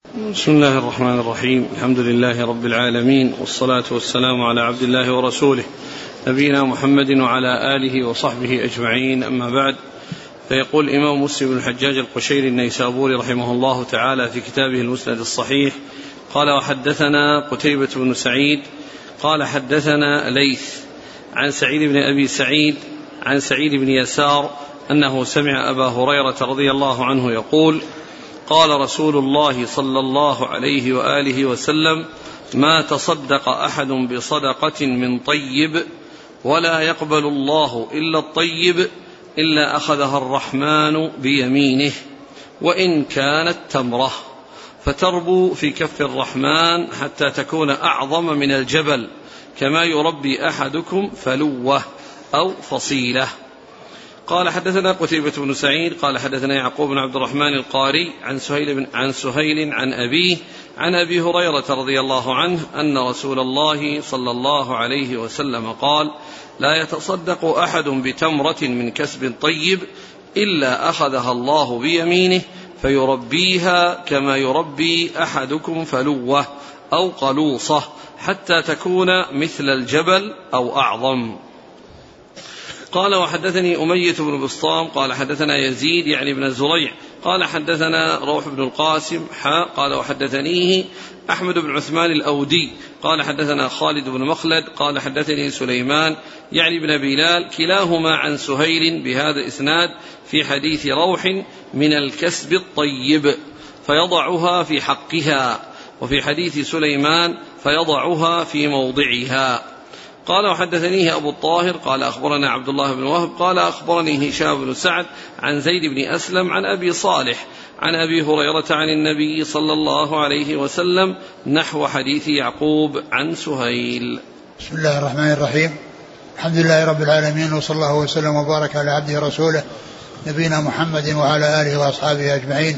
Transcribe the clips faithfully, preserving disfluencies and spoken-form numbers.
بسم الله الرحمن الرحيم. الحمد لله رب العالمين، والصلاة والسلام على عبد الله ورسوله نبينا محمد وعلى آله وصحبه أجمعين، أما بعد. فيقول الإمام مسلم بن الحجاج القشيري النيسابوري رحمه الله تعالى في كتابه المسند الصحيح قال: وحدثنا قتيبة بن سعيد قال حدثنا ليث عن سعيد بن أبي سعيد عن سعيد بن يسار أنه سمع أبا هريرة رضي الله عنه يقول: قال رسول الله صلى الله عليه وآله وسلم: ما تصدق أحد بصدقة من طيب ولا يقبل الله إلا الطيب إلا أخذها الرحمن بيمينه وإن كانت تمرة فتربو في كف الرحمن حتى تكون أعظم من الجبل، كما يربي أحدكم فلوة أو فصيلة. قال: حدثنا قتيبة بن سعيد قال حدثنا يعقوب بن عبد الرحمن القاري عن سهيل, بن عن سهيل عن أبيه عن أبي هريرة رضي الله عنه أن رسول الله صلى الله عليه وسلم قال: لا يتصدق أحد بتمرة من كسب طيب إلا أخذها الله بيمينه فيربيها كما يربي أحدكم فلوة أو قلوصة حتى تكون مثل الجبل أو أعظم. قال: وحدثني أمية بن بسطام قال حدثنا يزيد يعني بن زريع قال حدثنا روح بن القاسم حاء قال: وحدثنيه أحمد بن عثمان الأودي قال حدثنا خالد بن مخلد قال حدثني سليمان يعني بن بلال كلاهما عن سهيل بهذا الإسناد في حديث روح من الكسب الطيب فيضعها في حقها، وفي حديث سليمان فيضعها في موضعها. قال: وحدثنيه أبو الطاهر قال أخبرنا عبد الله بن وهب قال أخبرني هشام بن سعد عن زيد بن أسلم عن أبي صالح عن أبي هريرة عن النبي صلى الله عليه وسلم نحو حديث يعقوب عن سهيل. بسم الله الرحمن الرحيم. الحمد لله رب العالمين، وصلى الله وسلم وبارك على عبده ورسوله نبينا محمد وعلى آله وأصحابه أجمعين.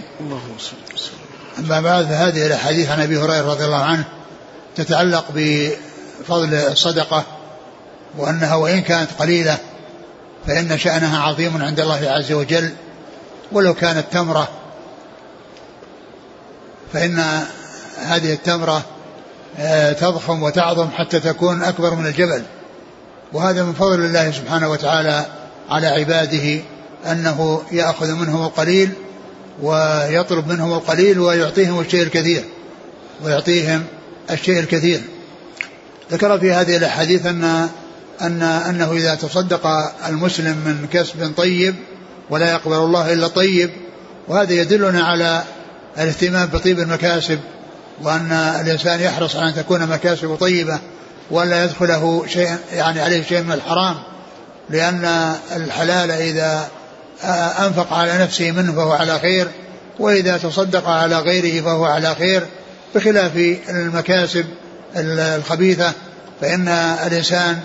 أما بعد، فهذه الأحاديث عن أبي هريرة رضي الله عنه تتعلق بفضل الصدقة، وأنها وإن كانت قليلة فإن شأنها عظيم عند الله عز وجل، ولو كانت تمرة فإن هذه التمرة تضخم وتعظم حتى تكون أكبر من الجبل. وهذا من فضل الله سبحانه وتعالى على عباده، أنه يأخذ منهم القليل ويطلب منهم القليل ويعطيهم الشيء الكثير ويعطيهم الشيء الكثير. ذكر في هذه الحديث أن أن أنه إذا تصدق المسلم من كسب طيب ولا يقبل الله إلا طيب، وهذا يدلنا على الاهتمام بطيب المكاسب، وأن الإنسان يحرص على أن تكون مكاسب طيبة ولا يدخله شيء يعني عليه شيء من الحرام، لأن الحلال إذا أنفق على نفسه منه فهو على خير، وإذا تصدق على غيره فهو على خير، بخلاف المكاسب الخبيثة فإن الإنسان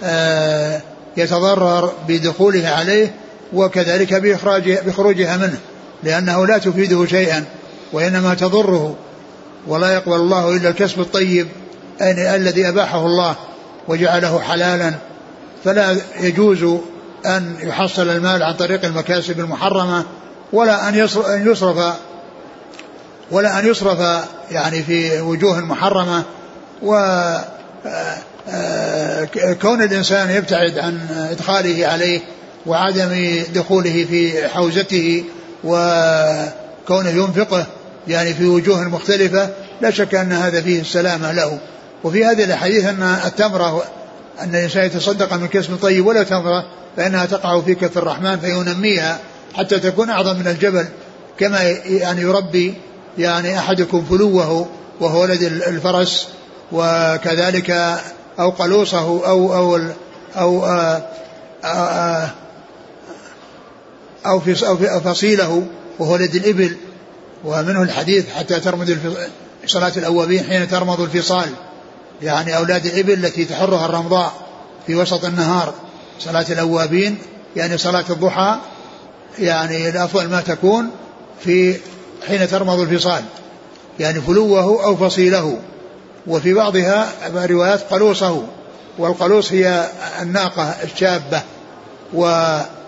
يتضرر بدخوله عليه وكذلك بخروجها منه، لأنه لا تفيده شيئا وإنما تضره. ولا يقبل الله إلا الكسب الطيب الذي أباحه الله وجعله حلالا، فلا يجوز أن يحصل المال عن طريق المكاسب المحرمة، ولا أن يصرف ولا أن يصرف يعني في وجوه محرمة. وكون الإنسان يبتعد عن إدخاله عليه وعدم دخوله في حوزته وكونه ينفقه يعني في وجوه مختلفة، لا شك أن هذا فيه السلامة له. وفي هذه الحديث أن التمرة أن الإنسان يتصدق من كسب طيب ولا تمرة فإنها تقع في كف الرحمن فينميها حتى تكون أعظم من الجبل، كما يعني يربي يعني أحدكم فلوه وهو ولد الفرس، وكذلك أو قلوصه أو أو أو أو, أو, في أو فصيله وهو ولد الإبل. ومنه الحديث حتى ترمض صلاة الأوابين حين ترمض الفصال، يعني أولاد الإبل التي تحرها الرمضاء في وسط النهار. صلاة الأوابين يعني صلاة الضحى، يعني الأفضل ما تكون في حين ترمض الفصال، يعني فلوه أو فصيله. وفي بعضها روايات قلوصه، والقلوص هي الناقة الشابة.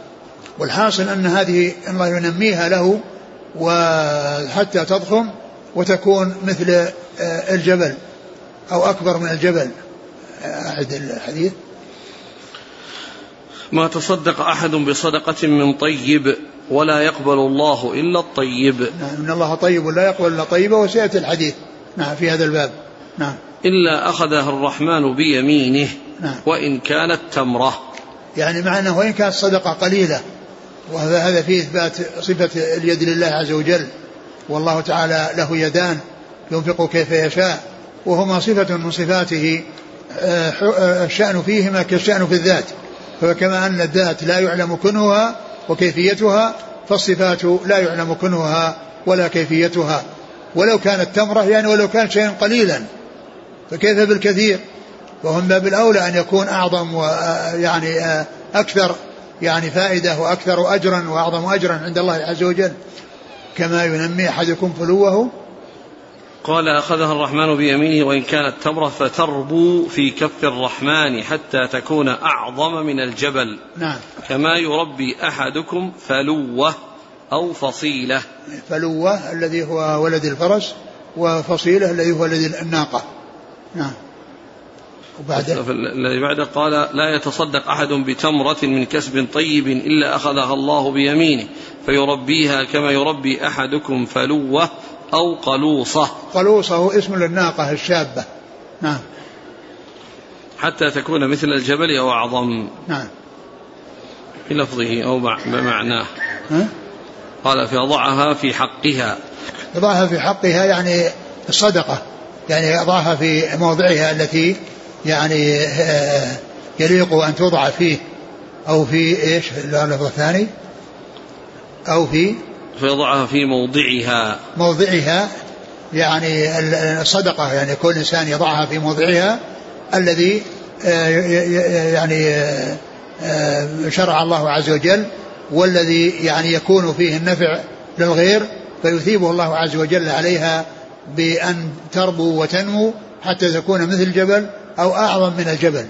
والحاصل أن هذه الله ينميها له وحتى تضخم وتكون مثل الجبل أو أكبر من الجبل. أعد الحديث. ما تصدق أحد بصدقة من طيب ولا يقبل الله إلا الطيب. نعم إن الله طيب لا يقبل إلا طيبة، وسيأتي الحديث نعم في هذا الباب. نعم إلا أخذها الرحمن بيمينه. نعم. وإن كانت تمرة، يعني معنى وإن كانت صدقة قليلة، وهذا فيه إثبات صفة اليد لله عز وجل، والله تعالى له يدان ينفق كيف يشاء، وهما صفة من صفاته الشأن فيهما كالشأن في الذات، فكما أن الذات لا يعلم كنهها وكيفيتها، فالصفات لا يعلم كنهها ولا كيفيتها. ولو كانت تمرة يعني ولو كان شيئا قليلا فكيف بالكثير، وهم باب الأولى أن يكون أعظم ويعني أكثر يعني فائدة وأكثر أجرا وأعظم أجرا عند الله عز وجل، كما ينمي أحدكم فلوه. قال أخذها الرحمن بيمينه وإن كانت تمرة فتربو في كف الرحمن حتى تكون أعظم من الجبل. نعم. كما يربي أحدكم فلوة أو فصيلة. فلوة الذي هو ولد الفرس، وفصيلة الذي هو ولد الناقة. نعم. وبعده الذي بعده قال لا يتصدق أحد بتمرة من كسب طيب إلا أخذها الله بيمينه فيربيها كما يربي أحدكم فلوة أو قلوصة. قلوصة هو اسم للناقة الشابة. نعم. حتى تكون مثل الجبل أو أعظم. نعم. في لفظه أو بمعناه. قال فيضعها في حقها. يضعها في حقها يعني الصدقة، يعني يضعها في موضعها التي يعني يليق أن توضع فيه، أو في إيش اللفظ الثاني، أو في فيضعها في موضعها. موضعها يعني الصدقة، يعني كل إنسان يضعها في موضعها الذي يعني شرع الله عز وجل، والذي يعني يكون فيه النفع للغير، فيثيبه الله عز وجل عليها بأن تربو وتنمو حتى تكون مثل الجبل أو أعظم من الجبل.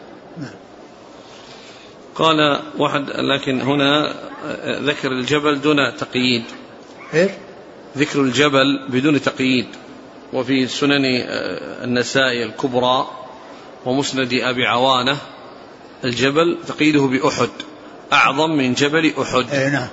قال واحد لكن هنا ذكر الجبل دون تقييد. إيش؟ ذكر الجبل بدون تقييد. وفي سنن النسائي الكبرى ومسند أبي عوانة الجبل تقييده بأحد، أعظم من جبل أحد. أي نعم.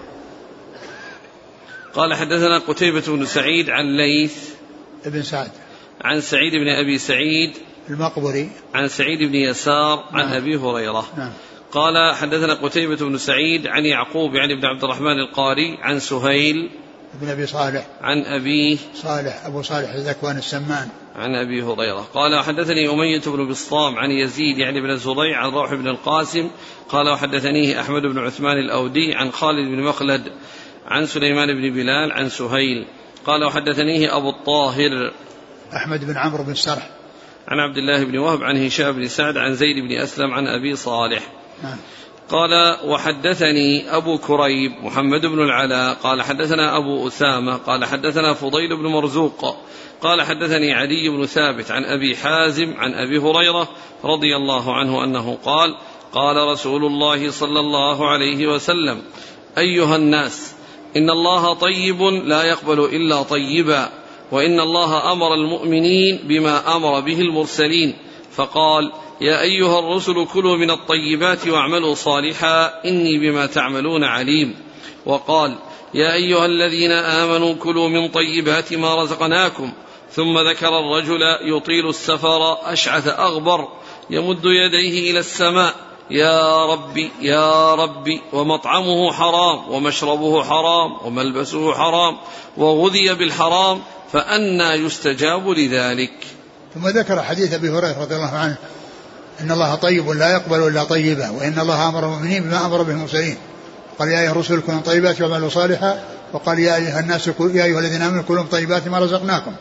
قال حدثنا قتيبة بن سعيد عن ليث ابن سعد عن سعيد بن أبي سعيد المقبري عن سعيد بن يسار عن نعم. أبي هريرة. نعم. قال حدثنا قتيبة بن سعيد عن يعقوب يعني بن عبد الرحمن القاري عن سهيل بن أبي صالح عن أبيه صالح أبو صالح الذكوان السمان عن أبي هريرة. قال حدثني أمية بن بسطام عن يزيد يعني بن الزريع عن روح بن القاسم قال وحدثنيه أحمد بن عثمان الأودي عن خالد بن مخلد عن سليمان بن بلال عن سهيل قال وحدثنيه أبو الطاهر أحمد بن عمرو بن سرح عن عبد الله بن وهب عن هشام بن سعد عن زيد بن أسلم عن أبي صالح. نعم. قال وحدثني أبو كريب محمد بن العلاء قال حدثنا أبو أسامة قال حدثنا فضيل بن مرزوق قال حدثني علي بن ثابت عن أبي حازم عن أبي هريرة رضي الله عنه أنه قال قال رسول الله صلى الله عليه وسلم أيها الناس إن الله طيب لا يقبل إلا طيبا وإن الله أمر المؤمنين بما أمر به المرسلين فقال يا أيها الرسل كلوا من الطيبات واعملوا صالحا إني بما تعملون عليم. وقال يا أيها الذين آمنوا كلوا من طيبات ما رزقناكم ثم ذكر الرجل يطيل السفر أشعث أغبر يمد يديه إلى السماء يا ربي يا ربي ومطعمه حرام ومشربه حرام وملبسه حرام وغذي بالحرام فأنى يستجاب لذلك. ثم ذكر حديث أبي هريرة رضي الله عنه إن الله طيب لا يقبل إلا طيبا وإن الله أمر المؤمنين بما أمر به المرسلين قال يا أيها الرسل كلوا من طيبات واعملوا صالحا وقال يا أيها الناس يا أيها الذين آمنوا كلوا من طيبات ما رزقناكم.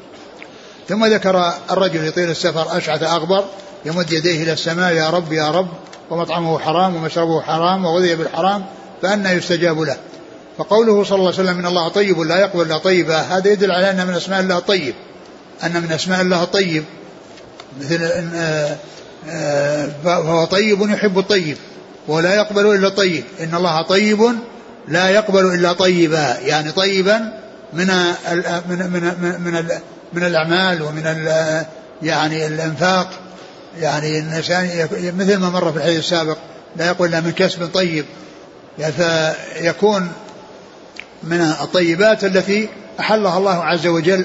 ثم ذكر الرجل يطيل السفر أشعث أغبر يمد يديه إلى السماء يا رب يا رب ومطعمه حرام ومشربه حرام وغذي بالحرام فأنى يستجاب له. فقوله صلى الله عليه وسلم إن الله طيب لا يقبل إلا طيبا هذا يدل على أن من أسماء الله الطيب أن من أسماء الله الطيب مثل فهو طيب يحب الطيب ولا يقبل إلا الطيب. إن الله طيب لا يقبل إلا طيبا يعني طيبا من من من من, من الأعمال ومن يعني الإنفاق. يعني الإنسان مثل ما مر في الحديث السابق لا يقول إلا من كسب طيب، يعني فيكون من الطيبات التي أحلها الله عز وجل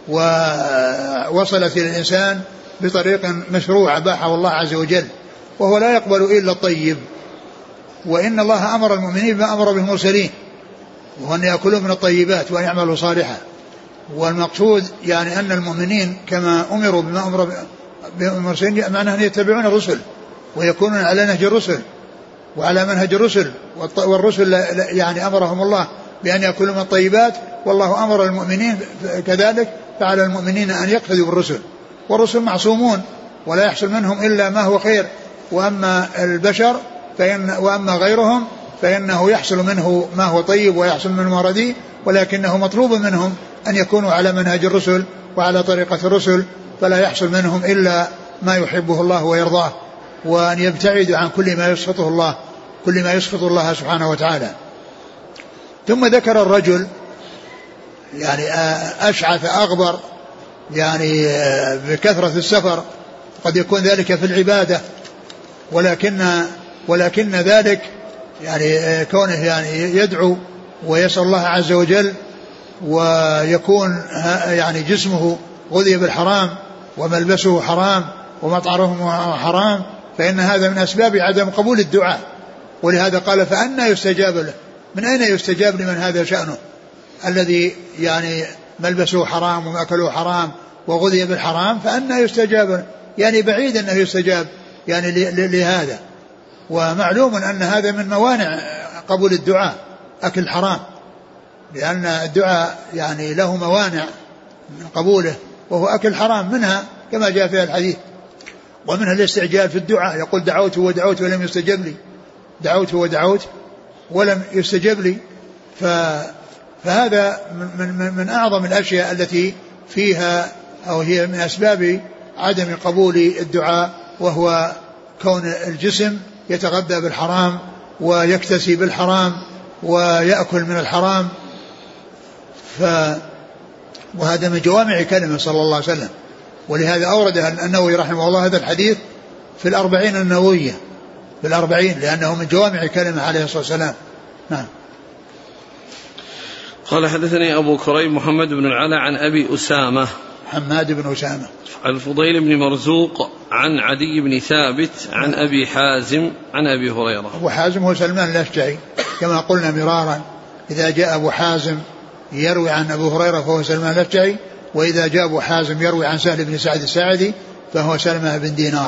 ووصلت إلى الإنسان بطريق مشروع أباحه الله عز وجل، وهو لا يقبل إلا الطيب. وإن الله أمر المؤمنين بما أمر به المرسلين، وأن يأكلوا من الطيبات وأن يعملوا صالحا. والمقصود يعني أن المؤمنين كما أمروا بما أمر بالمرسلين معناه أن يتبعون الرسل ويكونون على نهج الرسل وعلى منهج الرسل، والرسل يعني أمرهم الله بأن يأكلوا من الطيبات، والله أمر المؤمنين كذلك، فعلى المؤمنين أن يقتدوا بالرسل. والرسل معصومون ولا يحصل منهم إلا ما هو خير، وأما البشر فإن وأما غيرهم فإنه يحصل منه ما هو طيب ويحصل منه ما رديء، ولكنه مطلوب منهم أن يكونوا على منهج الرسل وعلى طريقة الرسل، فلا يحصل منهم إلا ما يحبه الله ويرضاه، وأن يبتعدوا عن كل ما يسخطه الله كل ما يسخط الله سبحانه وتعالى. ثم ذكر الرجل يعني أشعث أغبر يعني بكثرة السفر، قد يكون ذلك في العبادة، ولكن ولكن ذلك يعني كونه يعني يدعو ويسأل الله عز وجل، ويكون يعني جسمه غذي بالحرام وملبسه حرام ومطعمه حرام، فإن هذا من أسباب عدم قبول الدعاء. ولهذا قال فأنى يستجاب له. من أين يستجاب لمن هذا شأنه الذي يعني ملبسه حرام ومأكله حرام وغذي بالحرام؟ فأنى يستجاب له، يعني بعيد أنه يستجاب يعني لهذا. ومعلوم أن هذا من موانع قبول الدعاء أكل الحرام، لأن الدعاء يعني له موانع من قبوله وهو أكل الحرام، منها كما جاء في الحديث ومنها الاستعجال في الدعاء، يقول دعوت ودعوت ولم يستجب لي، دعوت ودعوت ولم يستجب لي. فهذا من, من, من أعظم الأشياء التي فيها أو هي من أسباب عدم قبول الدعاء، وهو كون الجسم يتغذى بالحرام ويكتسي بالحرام ويأكل من الحرام. ف وهذا من جوامع كلمة صلى الله عليه وسلم. ولهذا أورد النووي رحمه الله هذا الحديث في الأربعين النووية، في الأربعين، لأنه من جوامع كلمة عليه الصلاة والسلام. نعم. قال حدثني أبو كريب محمد بن العلا عن أبي أسامة حماد بن أسامة عن الفضيل بن مرزوق عن عدي بن ثابت عن أبي حازم عن أبي هريرة. أبو حازم هو سلمان الأشجعي كما قلنا مرارا، إذا جاء أبو حازم يروي عن أبو هريرة فهو سلمان الأشجعي، وإذا جاء أبو حازم يروي عن سهل بن سعد الساعدي فهو سلمة بن دينار.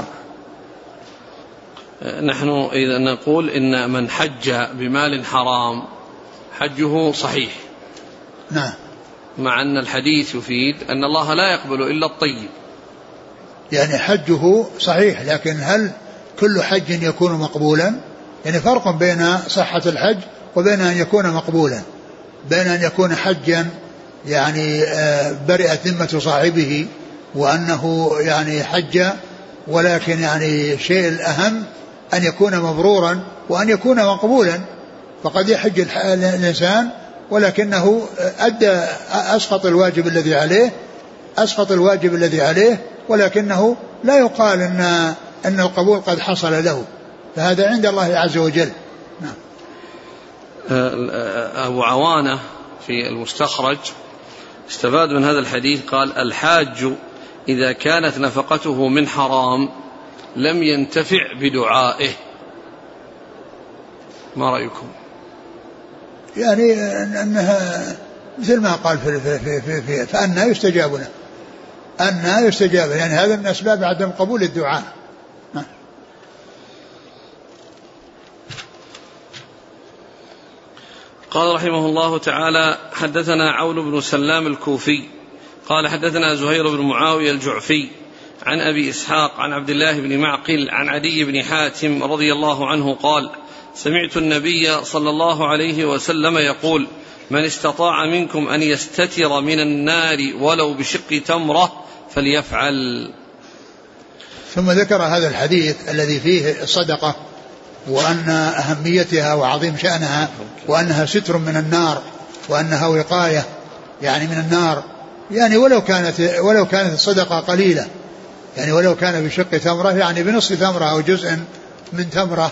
نحن إذا نقول إن من حج بمال حرام حجه صحيح، نعم، مع أن الحديث يفيد أن الله لا يقبل إلا الطيب، يعني حجه صحيح، لكن هل كل حج يكون مقبولا؟ يعني فرق بين صحة الحج وبين أن يكون مقبولا، بين أن يكون حجا يعني برئت ذمة صاحبه وأنه يعني حج، ولكن يعني الشيء الأهم أن يكون مبرورا وأن يكون مقبولا. فقد يحج الإنسان ولكنه أدى أسقط الواجب الذي عليه أسقط الواجب الذي عليه ولكنه لا يقال أن أن القبول قد حصل له، فهذا عند الله عز وجل. نعم. أبو عوانة في المستخرج استفاد من هذا الحديث، قال الحاج إذا كانت نفقته من حرام لم ينتفع بدعائه. ما رأيكم؟ يعني أنها مثل ما قال في في في في فأنا يستجاب له، أنها يستجاب، يعني هذا من أسباب عدم قبول الدعاء. قال رحمه الله تعالى حدثنا عون بن سلام الكوفي قال حدثنا زهير بن معاوية الجعفي عن أبي إسحاق عن عبد الله بن معقل عن عدي بن حاتم رضي الله عنه قال سمعت النبي صلى الله عليه وسلم يقول من استطاع منكم أن يستتر من النار ولو بشق تمرة فليفعل. ثم ذكر هذا الحديث الذي فيه الصدقة وأن أهميتها وعظيم شأنها وأنها ستر من النار وأنها وقاية يعني من النار، يعني ولو كانت ولو كانت الصدقة قليلة، يعني ولو كان بشق تمرة يعني بنصف تمرة أو جزء من تمرة.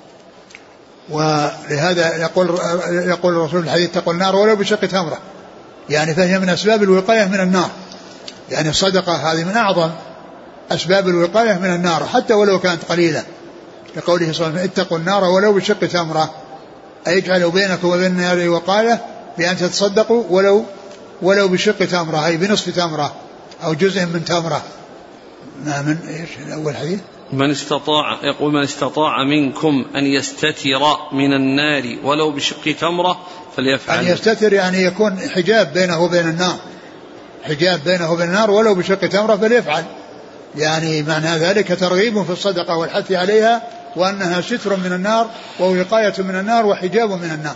ولهذا يقول يقول الرسول في الحديث اتقوا النار ولو بشق تمرة، يعني فهي من أسباب الوقاية من النار، يعني الصدقة هذه من أعظم أسباب الوقاية من النار حتى ولو كانت قليلة، لقوله صلى الله عليه وسلم اتقوا النار ولو بشق تمرة، أي اجعلوا بينكم وبين النار وقاية بأن تتصدقوا ولو ولو بشق تمرة، أي بنصف تمرة أو جزء من تمرة. ما من إيش الأول حديث؟ من استطاع، يقول من استطاع منكم أن يستتر من النار ولو بشق تمرة فليفعل. أن يستتر يعني يكون حجاب بينه وبين النار، حجاب بينه وبين النار ولو بشق تمرة فليفعل، يعني معنى ذلك ترغيب في الصدقة والحث عليها، وأنها ستر من النار ووقاية من النار وحجاب من النار.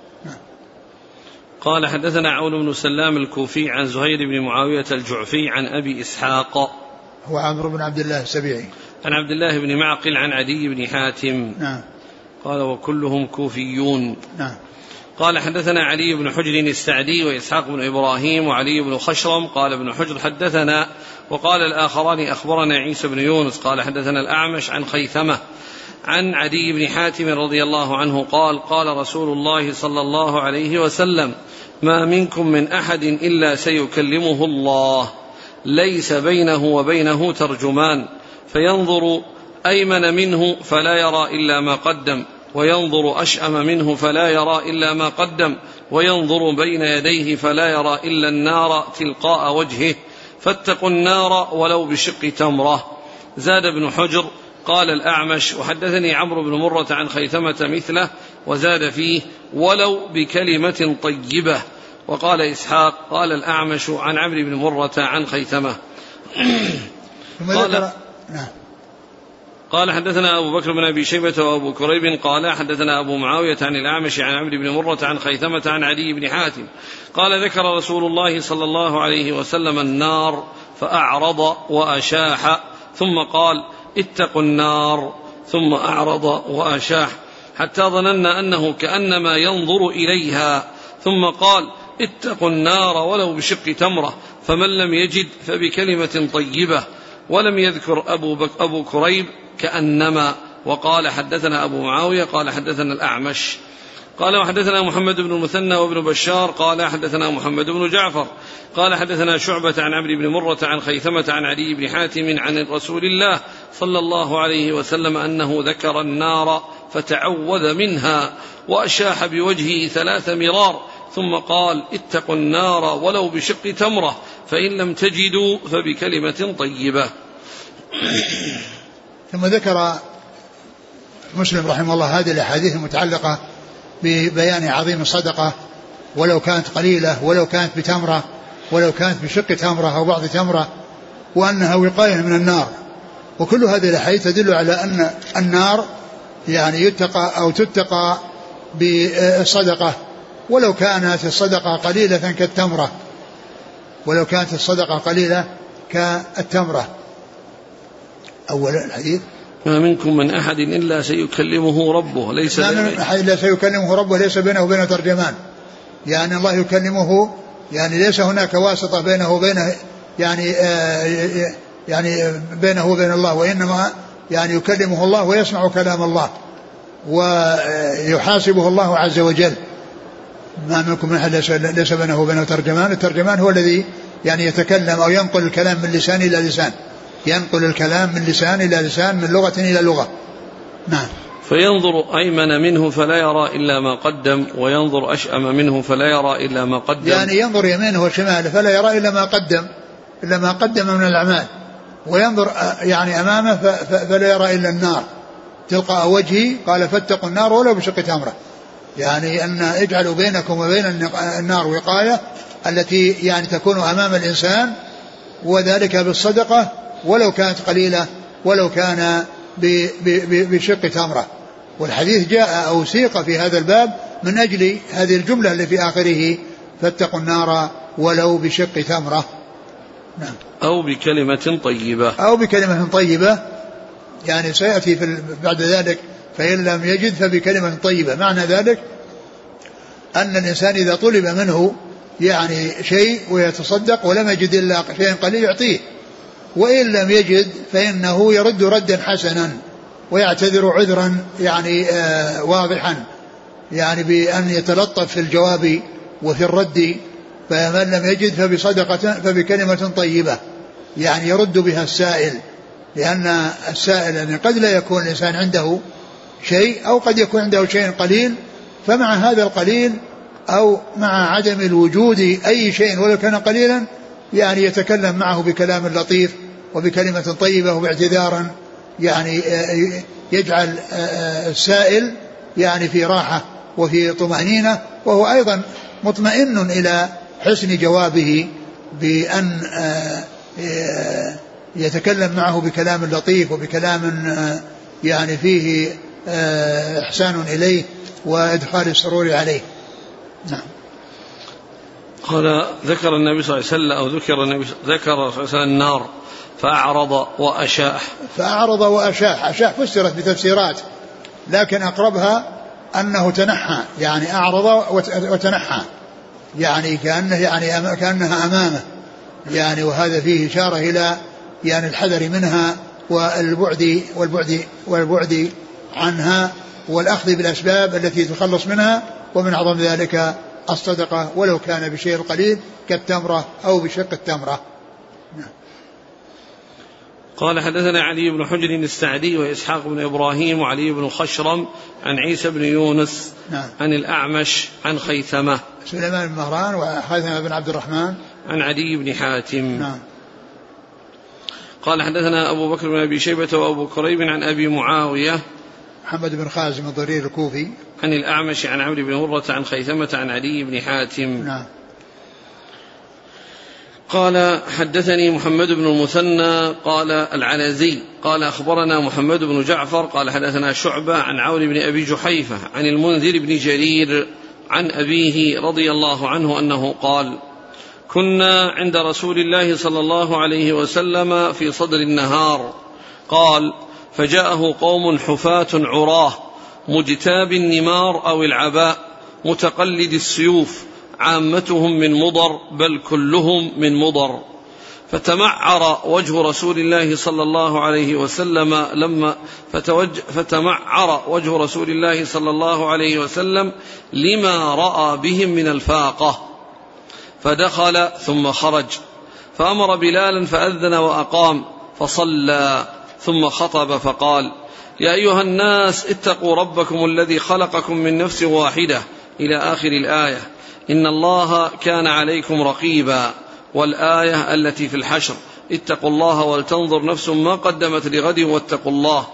قال حدثنا عون بن سلام الكوفي عن زهير بن معاوية الجعفي عن أبي إسحاق هو عمرو بن عبد الله السبيعي عن عبد الله بن معقل عن عدي بن حاتم. نعم. قال وكلهم كوفيون. نعم. قال حدثنا علي بن حجر السعدي وإسحاق بن إبراهيم وعلي بن خشرم. قال ابن حجر حدثنا، وقال الآخران أخبرنا عيسى بن يونس. قال حدثنا الأعمش عن خيثمة عن عدي بن حاتم رضي الله عنه قال قال رسول الله صلى الله عليه وسلم ما منكم من أحد إلا سيكلمه الله ليس بينه وبينه ترجمان، فينظر أيمن منه فلا يرى إلا ما قدم، وينظر أشأم منه فلا يرى إلا ما قدم، وينظر بين يديه فلا يرى إلا النار تلقاء وجهه، فاتقوا النار ولو بشق تمرة. زاد ابن حجر قال الأعمش وحدثني عمرو بن مرة عن خيثمة مثله، وزاد فيه ولو بكلمة طيبة. وقال إسحاق قال الأعمش عن عمرو بن مرة عن خيثمة. قال, قال حدثنا أبو بكر بن أبي شيبة وأبو كريب قال حدثنا أبو معاوية عن الأعمش عن عمرو بن مرة عن خيثمة عن عدي بن حاتم قال ذكر رسول الله صلى الله عليه وسلم النار فأعرض وأشاح ثم قال اتقوا النار ثم أعرض وأشاح حتى ظننا أنه كأنما ينظر إليها، ثم قال اتقوا النار ولو بشق تمرة، فمن لم يجد فبكلمة طيبة. ولم يذكر أبو, بك أبو كريب كأنما. وقال حدثنا أبو معاوية قال حدثنا الأعمش قال وحدثنا محمد بن المثنى وابن بشار قال حدثنا محمد بن جعفر قال حدثنا شعبة عن عمرو بن مرة عن خيثمة عن عدي بن حاتم عن رسول الله صلى الله عليه وسلم أنه ذكر النار فتعوذ منها وأشاح بوجهه ثلاث مرار، ثم قال اتقوا النار ولو بشق تمرة، فإن لم تجدوا فبكلمة طيبة. ثم ذكر مسلم رحمه الله هذه الأحاديث المتعلقة ببيان عظيم الصدقة ولو كانت قليلة، ولو كانت بتمرة، ولو كانت بشق تمرة أو بعض تمرة، وأنها وقاية من النار. وكل هذه الأحاديث تدل على أن النار يعني يتقى أو تتقى بالصدقة ولو كانت الصدقة قليلة كالتمرة، ولو كانت الصدقة قليلة كالتمرة. أول الحديث ما منكم من أحد إلا سيكلمه ربه ليس ما من أحد إلا سيكلمه ربه ليس بينه وبينه ترجمان، يعني الله يكلمه، يعني ليس هناك واسطة بينه وبينه، يعني آه يعني بينه وبين الله، وإنما يعني يكلمه الله ويسمع كلام الله ويحاسبه الله عز وجل. ما منكم من أحد ليس بينه وبينه ترجمان. الترجمان هو الذي يعني يتكلم أو ينقل الكلام من لسان إلى لسان، ينقل الكلام من لسان إلى لسان، من لغة إلى لغة. نعم. فينظر أيمن منه فلا يرى إلا ما قدم، وينظر أشأم منه فلا يرى إلا ما قدم، يعني ينظر يمينه وشماله فلا يرى إلا ما قدم، إلا ما قدم من الأعمال، وينظر يعني أمامه فلا يرى إلا النار تلقاء وجهه. قال فاتقوا النار ولو بشق تمرة، يعني أن اجعلوا بينكم وبين النار وقاية التي يعني تكون أمام الإنسان، وذلك بالصدقة ولو كانت قليلة، ولو كان بشق تمرة. والحديث جاء أو سيق في هذا الباب من أجل هذه الجملة اللي في آخره فاتقوا النار ولو بشق تمرة. نعم. أو بكلمة طيبة، أو بكلمة طيبة، يعني سيأتي في بعد ذلك فإن لم يجد فبكلمة طيبة. معنى ذلك أن الإنسان إذا طلب منه يعني شيء ويتصدق ولم يجد إلا شيء قليل يعطيه، وإن لم يجد فإنه يرد ردا حسنا ويعتذر عذرا يعني آه واضحا، يعني بأن يتلطف في الجواب وفي الرد. فمن لم يجد فبصدقة فبكلمة طيبة، يعني يرد بها السائل، لأن السائل يعني قد لا يكون الإنسان عنده شيء أو قد يكون عنده شيء قليل، فمع هذا القليل أو مع عدم الوجود أي شيء ولو كان قليلا يعني يتكلم معه بكلام لطيف وبكلمة طيبة وباعتذار يعني يجعل السائل يعني في راحة وفي طمأنينة، وهو أيضا مطمئن إلى حسن جوابه بأن يتكلم معه بكلام لطيف وبكلام يعني فيه إحسان إليه وإدخال السرور عليه. نعم. قال ذكر النبي صلى الله عليه وسلم أو ذكر النبي ذكر النار فأعرض وأشاح. فأعرض وأشاح، أشاح فسرت بتفسيرات، لكن أقربها أنه تنحى، يعني أعرض وتنحى، يعني كأنه يعني كأنها أمامه يعني، وهذا فيه إشارة إلى يعني الحذر منها والبعد والبعد والبعد عنها والأخذ بالأسباب التي تخلص منها، ومن أعظم ذلك الصدقة ولو كان بشيء قليل كالتمرة أو بشق التمرة. قال حدثنا علي بن حجر السعدي وإسحاق بن إبراهيم وعلي بن خشرم عن عيسى بن يونس نعم. عن الأعمش عن خيثمة سليمان بن مهران وخيثمة بن عبد الرحمن عن عدي بن حاتم نعم. قال حدثنا أبو بكر بن أبي شيبة وأبو كريب عن أبي معاوية محمد بن خازم الضرير الكوفي عن الأعمش عن عمرو بن مرة عن خيثمة عن عدي بن حاتم نعم. قال حدثني محمد بن المثنى قال العنزي قال أخبرنا محمد بن جعفر قال حدثنا شعبة عن عون بن أبي جحيفة عن المنذر بن جرير عن أبيه رضي الله عنه أنه قال كنا عند رسول الله صلى الله عليه وسلم في صدر النهار قال فجاءه قوم حفاة عراه مجتاب النمار أو العباء متقلد السيوف عامتهم من مضر بل كلهم من مضر فتمعر وجه رسول الله صلى الله عليه وسلم لما فتمعر وجه رسول الله صلى الله عليه وسلم لما رأى بهم من الفاقة فدخل ثم خرج فأمر بلالا فأذن وأقام فصلى ثم خطب فقال يا أيها الناس اتقوا ربكم الذي خلقكم من نفس واحدة إلى آخر الآية إن الله كان عليكم رقيبا والآية التي في الحشر اتقوا الله ولتنظر نفس ما قدمت لغد واتقوا الله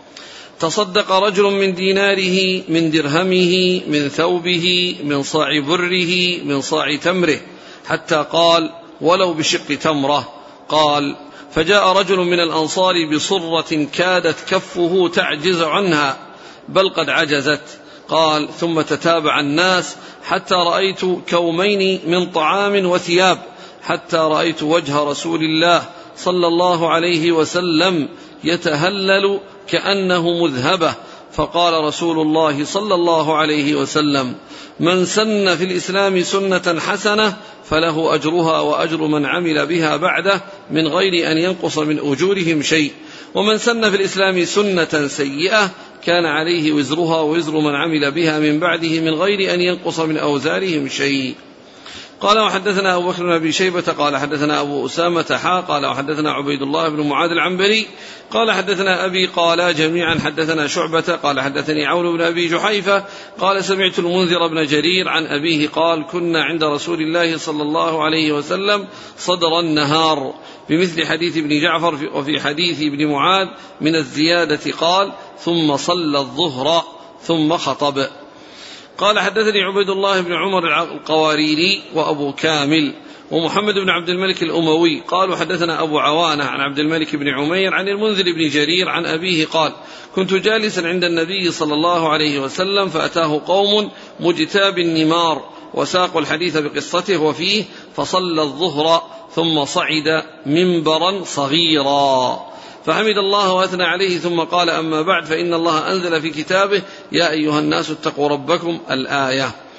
تصدق رجل من ديناره من درهمه من ثوبه من صاع بره من صاع تمره حتى قال ولو بشق تمرة قال فجاء رجل من الأنصار بصرة كادت كفه تعجز عنها بل قد عجزت قال ثم تتابع الناس حتى رأيت كومين من طعام وثياب حتى رأيت وجه رسول الله صلى الله عليه وسلم يتهلل كأنه مذهبة فقال رسول الله صلى الله عليه وسلم من سن في الإسلام سنة حسنة فله أجرها وأجر من عمل بها بعده من غير أن ينقص من أجورهم شيء ومن سن في الإسلام سنة سيئة كان عليه وزرها ووزر من عمل بها من بعده من غير أن ينقص من أوزارهم شيء. قال وحدثنا أبو بكر بن أبي شيبة قال حدثنا أبو أسامة حا قال وحدثنا عبيد الله بن معاذ العنبري قال حدثنا أبي قال جميعا حدثنا شعبة قال حدثني عون بن أبي جحيفة قال سمعت المنذر بن جرير عن أبيه قال كنا عند رسول الله صلى الله عليه وسلم صدر النهار بمثل حديث ابن جعفر وفي حديث ابن معاذ من الزيادة قال ثم صلى الظهر ثم خطب. قال حدثني عبيد الله بن عمر القواريري وأبو كامل ومحمد بن عبد الملك الأموي قالوا حدثنا أبو عوانة عن عبد الملك بن عمير عن المنذر بن جرير عن أبيه قال كنت جالسا عند النبي صلى الله عليه وسلم فأتاه قوم مجتاب النمار وساقوا الحديث بقصته وفيه فصلى الظهر ثم صعد منبرا صغيرا فحمد الله وأثنى عليه ثم قال أما بعد فإن الله أنزل في كتابه يا أيها الناس اتقوا ربكم الآية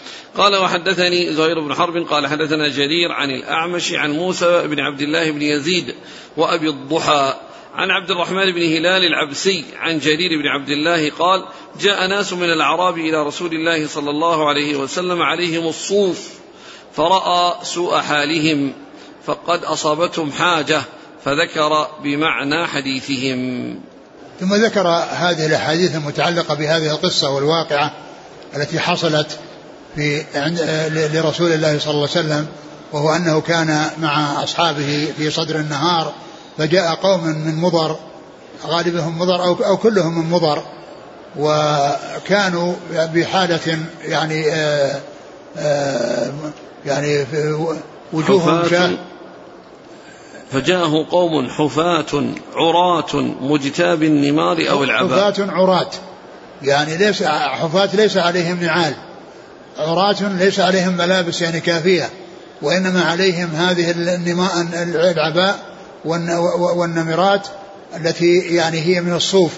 قال وحدثني زهير بن حرب قال حدثنا جرير عن الأعمش عن موسى بن عبد الله بن يزيد وأبي الضحى عن عبد الرحمن بن هلال العبسي عن جرير بن عبد الله قال جاء ناس من الأعراب إلى رسول الله صلى الله عليه وسلم عليهم الصوف فرأى سوء حالهم فقد أصابتهم حاجة فذكر بمعنى حديثهم. ثم ذكر هذه الأحاديث المتعلقة بهذه القصة والواقعة التي حصلت في لرسول الله صلى الله عليه وسلم، وهو أنه كان مع أصحابه في صدر النهار فجاء قوم من مضر، غالبهم مضر أو, أو كلهم من مضر، وكانوا بحالة يعني آآ آآ يعني وجوههم شاه. فجاءه قوم حفاة عراة مجتاب النمار أو العباء. حفاة عراة يعني ليس حفاة ليس عليهم نعال، عراة ليس عليهم ملابس يعني كافية، وإنما عليهم هذه العباء والنمرات التي يعني هي من الصوف،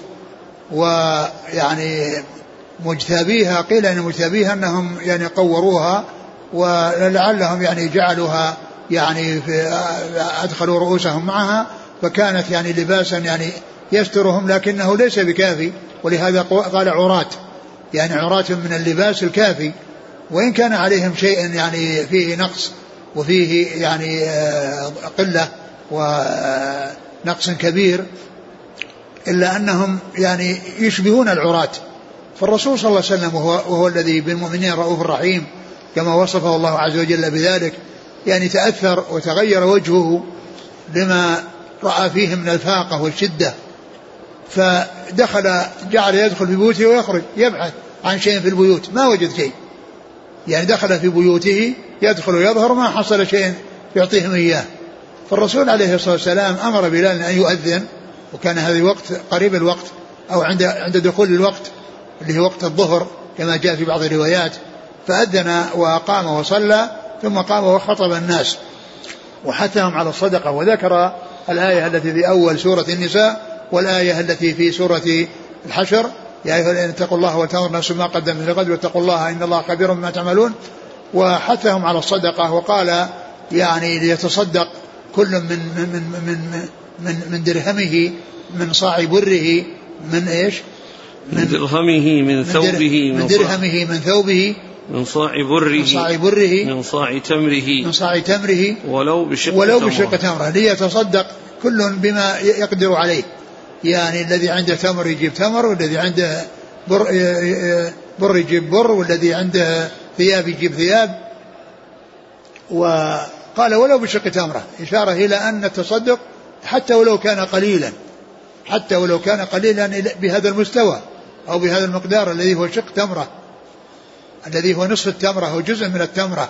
ويعني مجتابيها قيل أن مجتابيها أنهم يعني قوروها ولعلهم يعني جعلوها يعني في أدخلوا رؤوسهم معها، فكانت يعني لباسا يعني يسترهم لكنه ليس بكافي، ولهذا قال عراة يعني عراة من اللباس الكافي، وإن كان عليهم شيء يعني فيه نقص وفيه يعني قلة ونقص كبير، إلا أنهم يعني يشبهون العراة. فالرسول صلى الله عليه وسلم وهو, وهو الذي بالمؤمنين رؤوف رحيم كما وصفه الله عز وجل بذلك، يعني تأثر وتغير وجهه لما رأى فيه من الفاقة والشدة، فدخل جعل يدخل في بيوته ويخرج يبحث عن شيء في البيوت ما وجد شيء، يعني دخل في بيوته يدخل ويظهر ما حصل شيء يعطيهم إياه. فالرسول عليه الصلاة والسلام أمر بلال أن يؤذن، وكان هذا الوقت قريب الوقت أو عند عند دخول الوقت اللي هو وقت الظهر كما جاء في بعض الروايات، فأذن وقام وصلى ثم قام وخطب الناس وحثهم على الصدقة، وذكر الآية التي في أول سورة النساء والآية التي في سورة الحشر يا أيها الذين اتقوا الله ولتنظر نفس ما قدمت لغد واتقوا الله إن الله خبير بما تعملون، وحثهم على الصدقة وقال يعني ليتصدق كل من من من من من درهمه من صاع بره من ايش؟ من درهمه من ثوبه من درهمه من ثوبه من صاع بره من صاع بره من صاع تمره من صاع تمره ولو بشق ولو بشق تمره، ليتصدق كل بما يقدر عليه، يعني الذي عنده تمر يجيب تمر، والذي عنده بر بر يجيب بر، والذي عنده ثياب يجيب ثياب. وقال ولو بشق تمره، إشارة إلى أن التصدق حتى ولو كان قليلا حتى ولو كان قليلا بهذا المستوى أو بهذا المقدار الذي هو شق تمرة الذي هو نصف التمرة أو جزء من التمرة.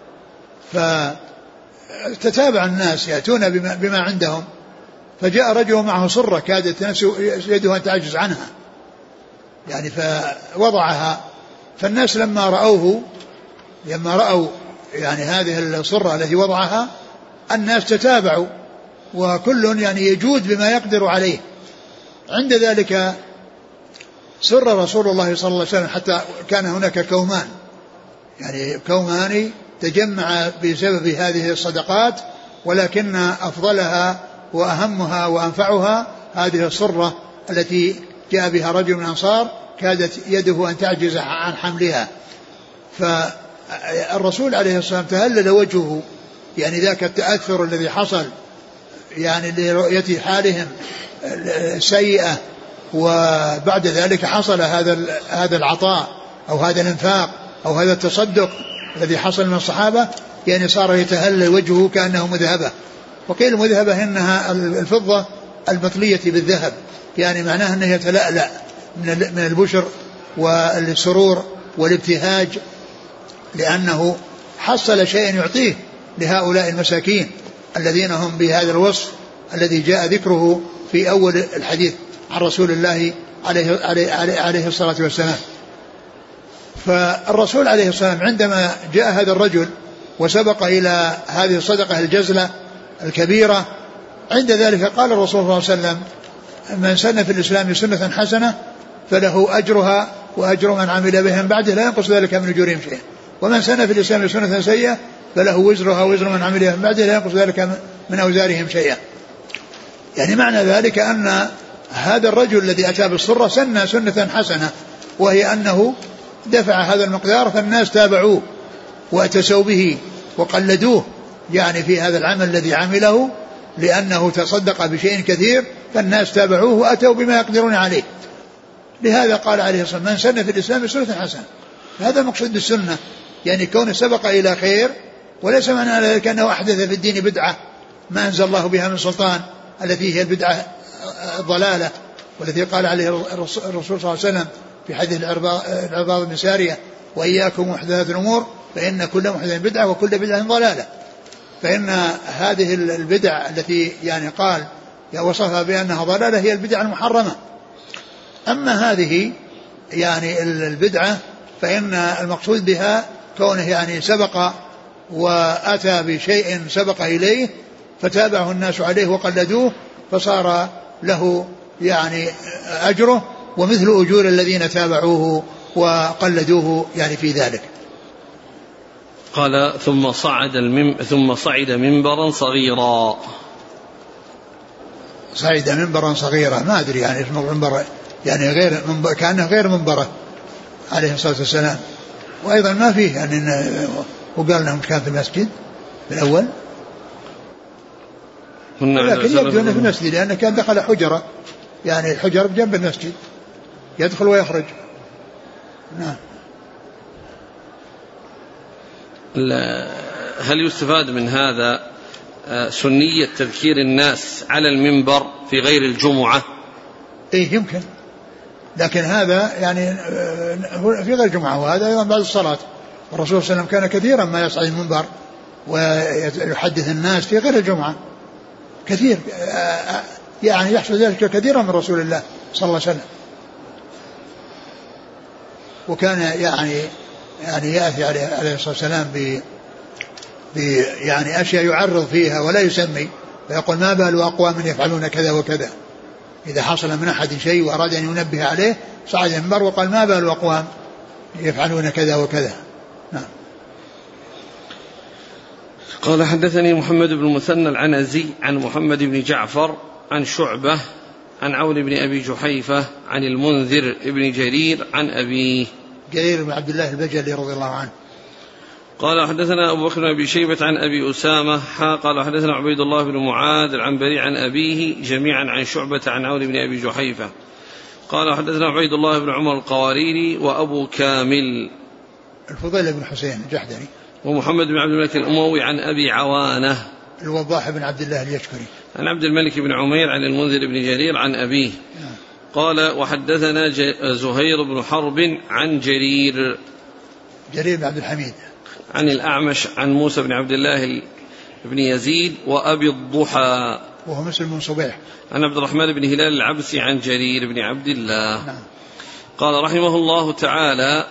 فتتابع الناس يأتون بما, بما عندهم، فجاء رجل معه صرة كادت يده أن تعجز عنها يعني فوضعها، فالناس لما رأوه لما رأوا يعني هذه الصرة التي وضعها الناس تتابعوا وكل يعني يجود بما يقدر عليه. عند ذلك سر رسول الله صلى الله عليه وسلم حتى كان هناك كومان يعني كومان تجمع بسبب هذه الصدقات، ولكن أفضلها وأهمها وأنفعها هذه الصرة التي جاء بها رجل من الأنصار كادت يده أن تعجز عن حملها. فالرسول عليه الصلاة والسلام تهلل وجهه يعني ذاك التأثر الذي حصل يعني لرؤية حالهم سيئة، وبعد ذلك حصل هذا هذا العطاء أو هذا الانفاق أو هذا التصدق الذي حصل من الصحابة، يعني صار يتهلل وجهه كأنه مذهبة. وقيل مذهبة إنها الفضة المطلية بالذهب، يعني معناها أنه يتلألأ من البشر والسرور والابتهاج، لأنه حصل شيئا يعطيه لهؤلاء المساكين الذين هم بهذا الوصف الذي جاء ذكره في أول الحديث عن رسول الله عليه, عليه, عليه, عليه الصلاة والسلام. فالرسول عليه الصلاة والسلام عندما جاء هذا الرجل وسبق إلى هذه الصدقة الجزلة الكبيرة، عند ذلك قال الرسول صلى الله عليه وسلم من سن في الإسلام سنة حسنة فله أجرها وأجر من عمل بها بعده لا ينقص ذلك من أجورهم شيئا. ومن سن في الإسلام سنة سيئة فله وزرها وزر من عملها من بعده لا ينقص ذلك من أوزارهم شيئا. يعني معنى ذلك أن هذا الرجل الذي أتى بالصرة سن سنة حسنة، وهي أنه دفع هذا المقدار فالناس تابعوه وأتسوا به وقلدوه يعني في هذا العمل الذي عمله، لأنه تصدق بشيء كثير فالناس تابعوه وأتوا بما يقدرون عليه. لهذا قال عليه الصلاة والسلام: من سن في الإسلام سنة حسنة. هذا مقصود بالسنة، يعني كونه سبق إلى خير، وليس معنى ذلك أنه أحدث في الدين بدعة ما أنزل الله بها من سلطان، التي هي البدعة الضلالة، والتي قال عليه الرسول صلى الله عليه وسلم في حديث العرباض بن سارية: وإياكم محدثات الأمور فإن كل محدث بدعة وكل بدعة ضلالة. فإن هذه البدع التي يعني قال وصفها بأنها ضلالة هي البدع المحرمة. أما هذه يعني البدعة فإن المقصود بها كونه يعني سبق وأتى بشيء سبق إليه فتابعه الناس عليه وقلدوه، فصار له يعني أجره ومثل أجور الذين تابعوه وقلدوه يعني في ذلك. قال: ثم صعد المم ثم صعد منبرا صغيرا. صعد منبرا صغيرا، ما أدري يعني اسمه منبر، يعني غير منبر، كأنه غير منبره عليه الصلاة والسلام. وأيضا ما فيه يعني وقال لهم كان في المسجد في الأول، لكن يبدو أنه في المسجد لأنه كان دخل حجرة، يعني الحجر بجنب المسجد يدخل ويخرج. نعم. هل يستفاد من هذا سنية تذكير الناس على المنبر في غير الجمعة؟ إيه يمكن، لكن هذا يعني في غير الجمعة، وهذا أيضا بعد الصلاة. الرسول صلى الله عليه وسلم كان كثيرا ما يصعد المنبر ويحدث الناس في غير الجمعة كثير، يعني يحصل ذلك كثيرا من رسول الله صلى الله عليه وسلم. وكان يعني يعني يأتي عليه الصلاة والسلام ب يعني أشياء يعرض فيها ولا يسمي، فيقول: ما بال أقوام يفعلون كذا وكذا. إذا حصل من أحد شيء وأراد أن ينبه عليه صعد المنبر وقال: ما بال أقوام يفعلون كذا وكذا. نعم. قال: حدثني محمد بن المثنى العنزي عن محمد بن جعفر عن شعبة عن عون بن أبي جحيفة عن المنذر بن جرير عن أبيه جرير بن عبد الله البجلي رضي الله عنه. قال: حدثنا أبو بكر بن أبي شيبة عن أبي أسامة حا قال: حدثنا عبيد الله بن معاذ العنبري عن أبيه جميعا عن شعبة عن عون بن أبي جحيفة قال: حدثنا عبيد الله بن عمر القواريري وأبو كامل الفضيل بن حسين الجحدري ومحمد بن عبد الملك الأموي عن أبي عوانة الوضاح بن عبد الله اليشكري عن عبد الملك بن عمير عن المنذر بن جرير عن أبيه. قال: وحدثنا زهير بن حرب عن جرير جرير بن عبد الحميد عن الأعمش عن موسى بن عبد الله بن يزيد وأبي الضحى وهو مسلم بن صبيح عن عبد الرحمن بن هلال العبسي عن جرير بن عبد الله. نعم. قال رحمه الله تعالى: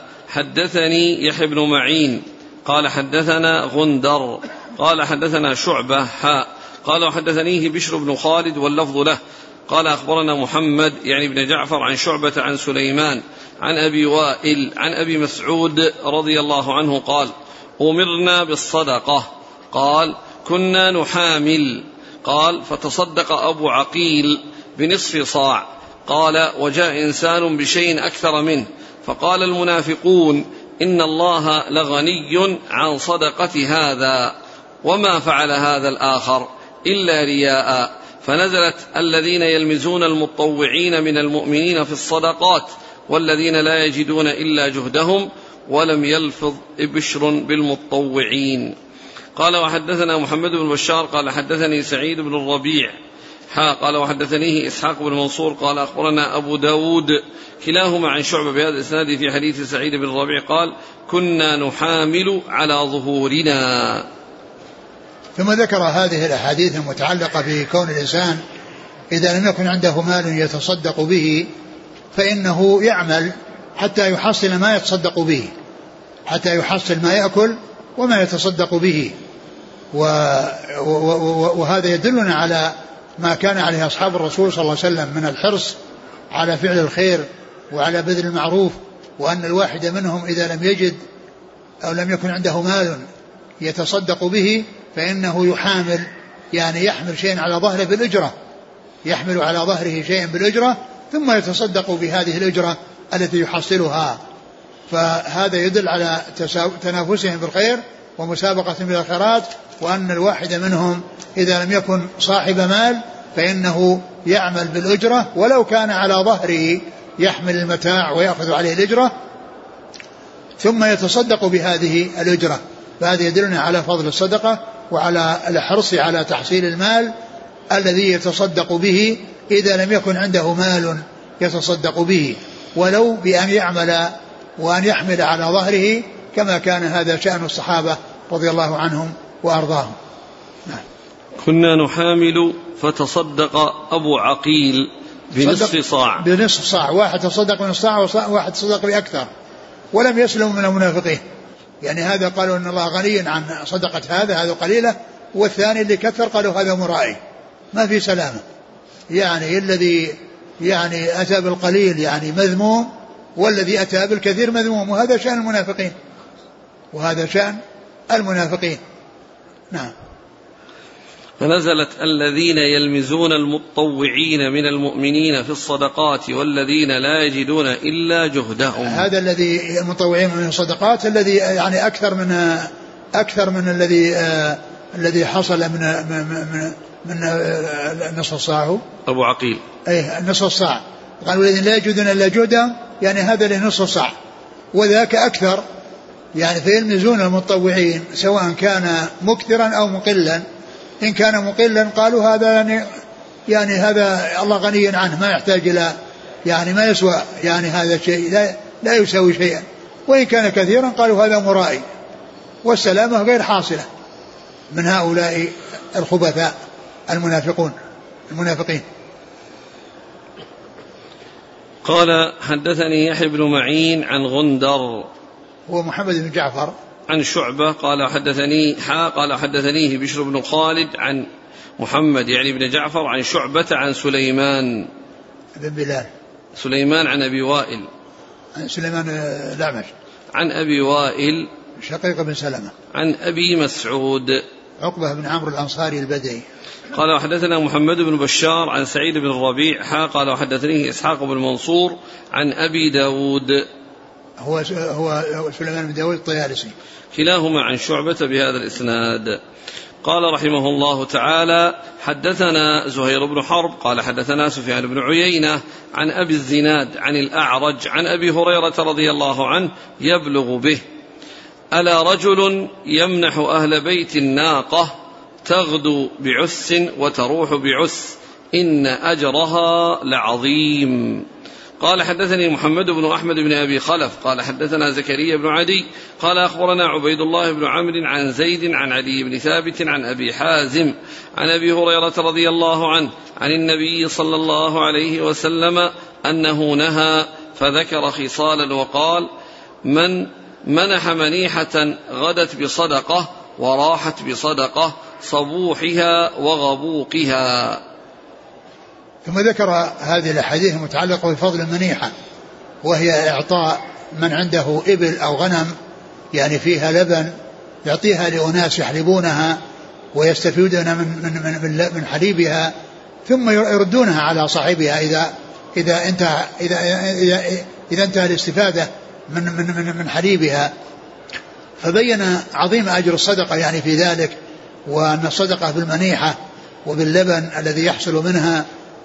حدثني يحيى بن معين قال: حدثنا غندر قال: حدثنا شعبة حاء قال: وحدثنيه بشر بن خالد واللفظ له قال: أخبرنا محمد يعني بن جعفر عن شعبة عن سليمان عن أبي وائل عن أبي مسعود رضي الله عنه قال: أمرنا بالصدقة. قال: كنا نحامل. قال: فتصدق أبو عقيل بنصف صاع. قال: وجاء إنسان بشيء أكثر منه فقال المنافقون: إن الله لغني عن صدقة هذا وما فعل هذا الآخر إلا رياء. فنزلت: الذين يلمزون المطوعين من المؤمنين في الصدقات والذين لا يجدون إلا جهدهم. ولم يلفظ بشر بالمطوعين. قال: وحدثنا محمد بن بشار قال: حدثني سعيد بن الربيع حا قال: وحدثنيه إسحاق بن منصور قال: أخبرنا أبو داود كلاهما عن شعبة بهذا الإسناد في حديث سعيد بن الربيع قال: كنا نحامل على ظهورنا. ثم ذكر هذه الأحاديث المتعلقة بكون الإنسان إذا لم يكن عنده مال يتصدق به فإنه يعمل حتى يحصل ما يتصدق به، حتى يحصل ما يأكل وما يتصدق به. وهذا يدلنا على ما كان عليه أصحاب الرسول صلى الله عليه وسلم من الحرص على فعل الخير وعلى بذل المعروف، وأن الواحد منهم إذا لم يجد أو لم يكن عنده مال يتصدق به فإنه يحامل يعني يحمل شيئا على ظهره بالأجرة، يحمل على ظهره شيئا بالأجرة ثم يتصدق بهذه الأجرة التي يحصلها. فهذا يدل على تنافسهم بالخير ومسابقة بالخيرات، وأن الواحد منهم إذا لم يكن صاحب مال فإنه يعمل بالأجرة ولو كان على ظهره يحمل المتاع ويأخذ عليه الأجرة ثم يتصدق بهذه الأجرة. فهذا يدلنا على فضل الصدقة وعلى الحرص على تحصيل المال الذي يتصدق به إذا لم يكن عنده مال يتصدق به، ولو بأن يعمل وأن يحمل على ظهره كما كان هذا شأن الصحابة رضي الله عنهم وأرضاهم. نعم. كنا نحامل فتصدق أبو عقيل بنصف صاع بنصف صاع واحد تصدق بنصف صاع وواحد تصدق بأكثر ولم يسلم من المنافقين. يعني هذا قالوا إن الله غني عن صدقة هذا هذا قليلة، والثاني اللي كثر قالوا هذا مرائي ما في سلامة. يعني الذي يعني أتى بالقليل يعني مذموم، والذي أتى بالكثير مذموم، وهذا شأن المنافقين وهذا شأن المنافقين. نعم. فنزلت الذين يلمزون المتطوعين من المؤمنين في الصدقات والذين لا يجدون إلا جهدهم. هذا الذي المتطوعين من الصدقات الذي يعني أكثر من أكثر من الذي آه الذي حصل من من من, من آه نصف الصاع أبو عقيل. أي نصف الصاع قالوا الذين لا يجدون إلا جهدهم، يعني هذا له نصف الصاع وذاك أكثر. يعني فيلمزون المتطوعين سواء كان مكثرا أو مقلا. إن كان مقلا قالوا هذا يعني, يعني هذا الله غني عنه ما يحتاج إلى يعني ما يسوى يعني هذا الشيء لا, لا يساوي شيئا. وإن كان كثيرا قالوا هذا مرائي، والسلامة غير حاصلة من هؤلاء الخبثاء المنافقون المنافقين. قال حدثني يحيى بن معين عن غندر هو محمد بن جعفر عن شعبة قال حدثني حا قال حدثنيه بشر بن خالد عن محمد يعني بن جعفر عن شعبة عن سليمان بن بلال سليمان عن أبي وائل عن سليمان الأعمش عن أبي وائل شقيق بن سلمة عن أبي مسعود عقبة بن عمرو الأنصاري البدري قال وحدثنا محمد بن بشار عن سعيد بن الربيع حا قال وحدثنيه إسحاق بن منصور عن أبي داود هو هو سليمان بن داود الطيالسي كلاهما عن شعبة بهذا الإسناد. قال رحمه الله تعالى حدثنا زهير بن حرب قال حدثنا سفيان بن عيينة عن أبي الزناد عن الأعرج عن أبي هريرة رضي الله عنه يبلغ به: ألا رجل يمنح أهل بيت الناقة تغدو بعس وتروح بعس إن أجرها لعظيم. قال حدثني محمد بن أحمد بن أبي خلف قال حدثنا زكريا بن عدي قال أخبرنا عبيد الله بن عمرو عن زيد عن علي بن ثابت عن أبي حازم عن أبي هريرة رضي الله عنه عن النبي صلى الله عليه وسلم أنه نهى فذكر خصالا وقال: من منح منيحة غدت بصدقة وراحت بصدقة صبوحها وغبوقها. ثم ذكر هذه الأحاديث المتعلقة بفضل المنيحة، وهي إعطاء من عنده إبل أو غنم يعني فيها لبن يعطيها لأناس يحلبونها ويستفيدون من, من, من, من حليبها ثم يردونها على صاحبها إذا إذا انتهى إذا إذا, إذا انتهى الاستفادة من, من, من, من حليبها. فبين عظيم أجر الصدقة يعني في ذلك، وأن الصدقة بالمنيحة وباللبن الذي يحصل منها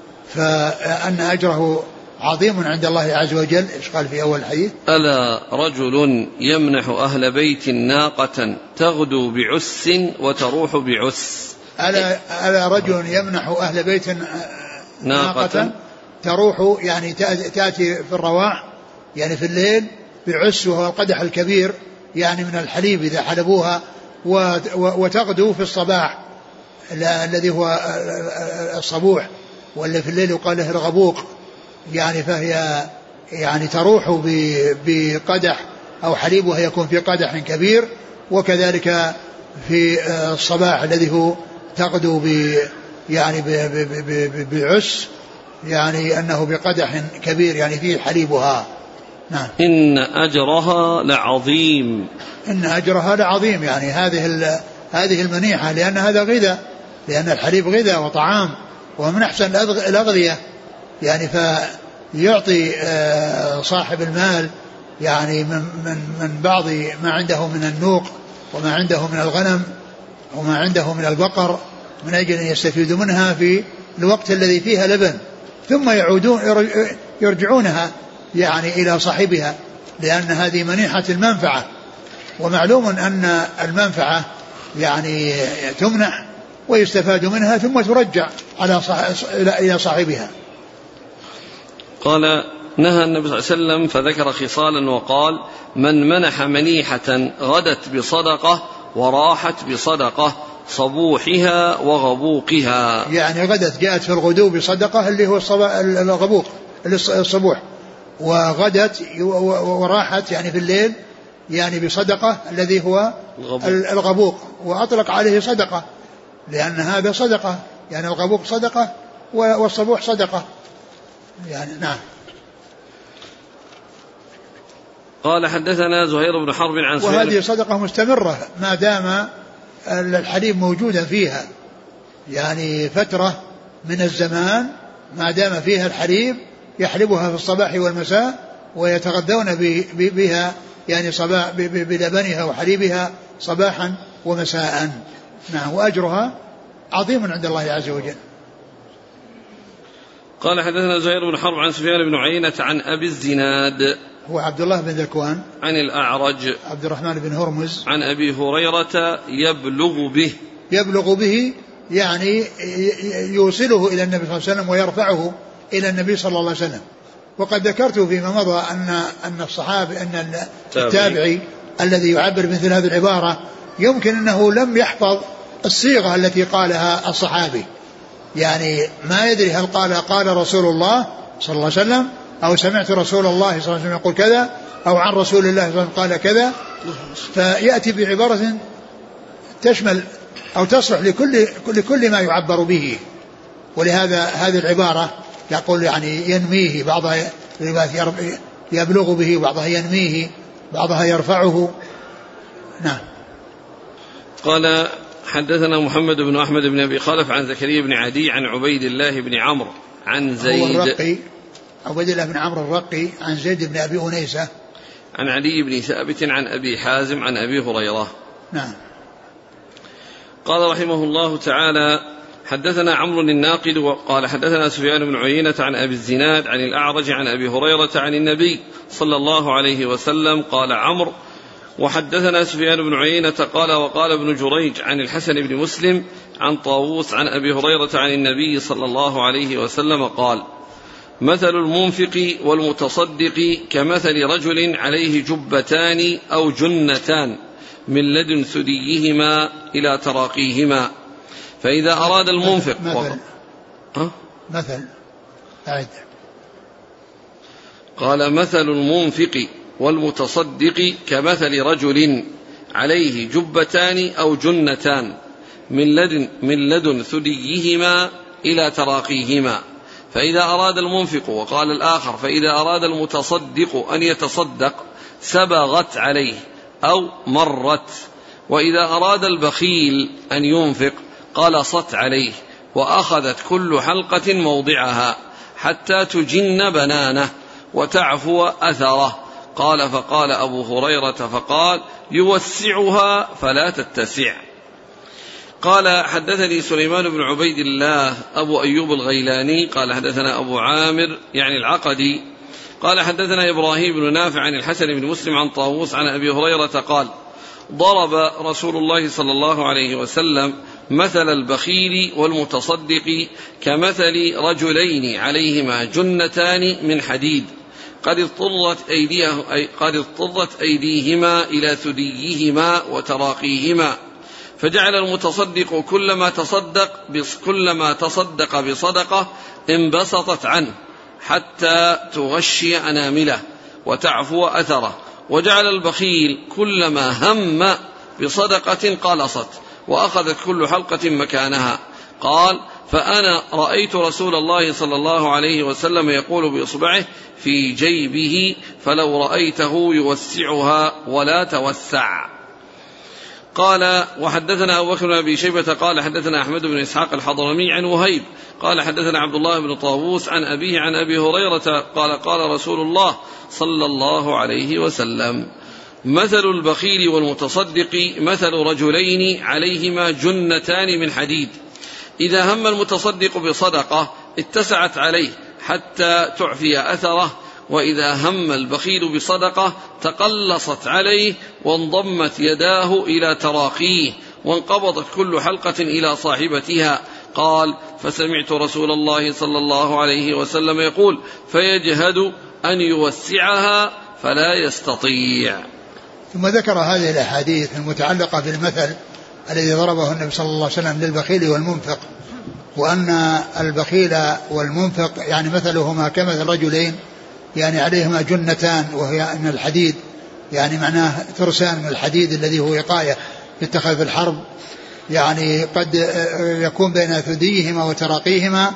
فأن أجره عظيم عند الله عز وجل. إيش قال في أول الحديث؟ ألا رجل يمنح أهل بيت ناقة تغدو بعس وتروح بعس. ألا, ألا رجل يمنح أهل بيت ناقة تروح يعني تأتي في الرواح يعني في الليل بعس وهو القدح الكبير يعني من الحليب إذا حلبوها، وتغدو في الصباح الذي هو الصبوح، واللي في الليل يقال له الغبوق يعني فهي يعني تروح بقدح أو حليبها يكون في قدح كبير، وكذلك في الصباح الذي هو تغدو ب يعني بعس يعني أنه بقدح كبير يعني فيه حليبها. نعم. إن أجرها لعظيم. إن أجرها لعظيم، يعني هذه هذه المنيحة، لأن هذا غذاء، لأن الحليب غذاء وطعام ومن أحسن الأغذية، يعني فيعطي صاحب المال يعني من, من, من بعض ما عنده من النوق وما عنده من الغنم وما عنده من البقر من أجل أن يستفيدوا منها في الوقت الذي فيها لبن، ثم يعودون يرجعونها يعني إلى صاحبها، لأن هذه منيحة المنفعة، ومعلوم أن المنفعة يعني تمنح ويستفاد منها ثم ترجع على إلى صاحبها. قال: نهى النبي صلى الله عليه وسلم فذكر خصالا وقال: من منح منيحة غدت بصدقة وراحت بصدقة صبوحها وغبوقها. يعني غدت جاءت في الغدو بصدقة اللي هو الغبوق الصبوح، وغدت وراحت يعني في الليل يعني بصدقة الذي هو الغبوق, الغبوق وأطلق عليه صدقة، لأن هذا صدقة، يعني الغبوق صدقة والصبوح صدقة يعني. نعم. قال: حدثنا زهير بن حرب عن سفيان. وهذه صدقة مستمرة ما دام الحليب موجودا فيها، يعني فترة من الزمان ما دام فيها الحليب يحلبها في الصباح والمساء ويتغذون بها يعني صباح بلبنها وحليبها صباحا ومساء. نعم. وأجرها عظيم عند الله عز وجل. قال: حدثنا زهير بن حرب عن سفيان بن عيينة عن أبي الزناد هو عبد الله بن ذكوان عن الأعرج عبد الرحمن بن هرمز عن أبي هريرة يبلغ به يبلغ به يعني يوصله إلى النبي صلى الله عليه وسلم ويرفعه إلى النبي صلى الله عليه وسلم. وقد ذكرت فيما مضى أن أن الصحابي أن التابعي الذي يعبر مثل هذه العبارة يمكن أنه لم يحفظ الصيغة التي قالها الصحابي، يعني ما يدري هل قال قال رسول الله صلى الله عليه وسلم أو سمعت رسول الله صلى الله عليه وسلم يقول كذا أو عن رسول الله صلى الله عليه وسلم قال كذا، فيأتي بعبارة تشمل أو تصلح لكل لكل ما يعبر به. ولهذا هذه العبارة يقول يعني ينميه، بعضها يبلغ به، بعضها ينميه، بعضها يرفعه. نعم. قال: حدثنا محمد بن أحمد بن أبي خلف عن زكريا بن عدي عن عبيد الله بن عمرو عن زيد الرقي عبيد الله بن عمرو الرقي عن زيد بن أبي أنيسة عن علي بن ثابت عن أبي حازم عن أبي هريرة. نعم. قال رحمه الله تعالى: حدثنا عمرو الناقد وقال حدثنا سفيان بن عيينة عن أبي الزناد عن الأعرج عن أبي هريرة عن النبي صلى الله عليه وسلم. قال عمرو: وحدثنا سفيان بن عيينة قال وقال ابن جريج عن الحسن بن مسلم عن طاووس عن أبي هريرة عن النبي صلى الله عليه وسلم قال: مثل المنفق والمتصدق كمثل رجل عليه جبتان أو جنتان من لدن ثديهما إلى تراقيهما، فإذا أراد المنفق مثل أه؟ مثل أعد. قال: مثل المنفق والمتصدق كمثل رجل عليه جبتان أو جنتان من لدن, من لدن ثديهما إلى تراقيهما، فإذا أراد المنفق، وقال الآخر فإذا أراد المتصدق أن يتصدق سبغت عليه أو مرت، وإذا أراد البخيل أن ينفق قلصت عليه وأخذت كل حلقة موضعها حتى تجن بنانه وتعفو أثره. قال: فقال أبو هريرة فقال: يوسعها فلا تتسع. قال: حدثني سليمان بن عبيد الله أبو أيوب الغيلاني قال حدثنا أبو عامر يعني العقدي قال حدثنا إبراهيم بن نافع عن الحسن بن مسلم عن طاووس عن أبي هريرة قال: ضرب رسول الله صلى الله عليه وسلم مثل البخيل والمتصدق كمثل رجلين عليهما جنتان من حديد قد اضطرت أيديه قد اضطرت أيديهما إلى ثديهما وتراقيهما، فجعل المتصدق كلما تصدق كلما تصدق بصدقة انبسطت عنه حتى تغشي أنامله وتعفو أثره، وجعل البخيل كلما هم بصدقة قلصت وأخذت كل حلقة مكانها. قال: فأنا رأيت رسول الله صلى الله عليه وسلم يقول بإصبعه في جيبه فلو رأيته يوسعها ولا توسع. قال وحدثنا أبو بكر بن أبي شيبة قال حدثنا أحمد بن إسحاق الحضرمي عن وهيب قال حدثنا عبد الله بن طاووس عن أبيه عن أبي هريرة قال قال رسول الله صلى الله عليه وسلم مثل البخيل والمتصدق مثل رجلين عليهما جنتان من حديد إذا هم المتصدق بصدقة اتسعت عليه حتى تعفي أثره، وإذا هم البخيل بصدقة تقلصت عليه وانضمت يداه إلى تراقيه وانقبضت كل حلقة إلى صاحبتها. قال فسمعت رسول الله صلى الله عليه وسلم يقول فيجهد أن يوسعها فلا يستطيع. ثم ذكر هذه الأحاديث المتعلقة بالمثل الذي ضربه النبي صلى الله عليه وسلم للبخيل والمنفق، وأن البخيل والمنفق يعني مثلهما كمثل رجلين يعني عليهما جنتان، وهي أن الحديد يعني معناه ترسان من الحديد الذي هو وقاية يتخذ في الحرب، يعني قد يكون بين ثديهما وتراقيهما.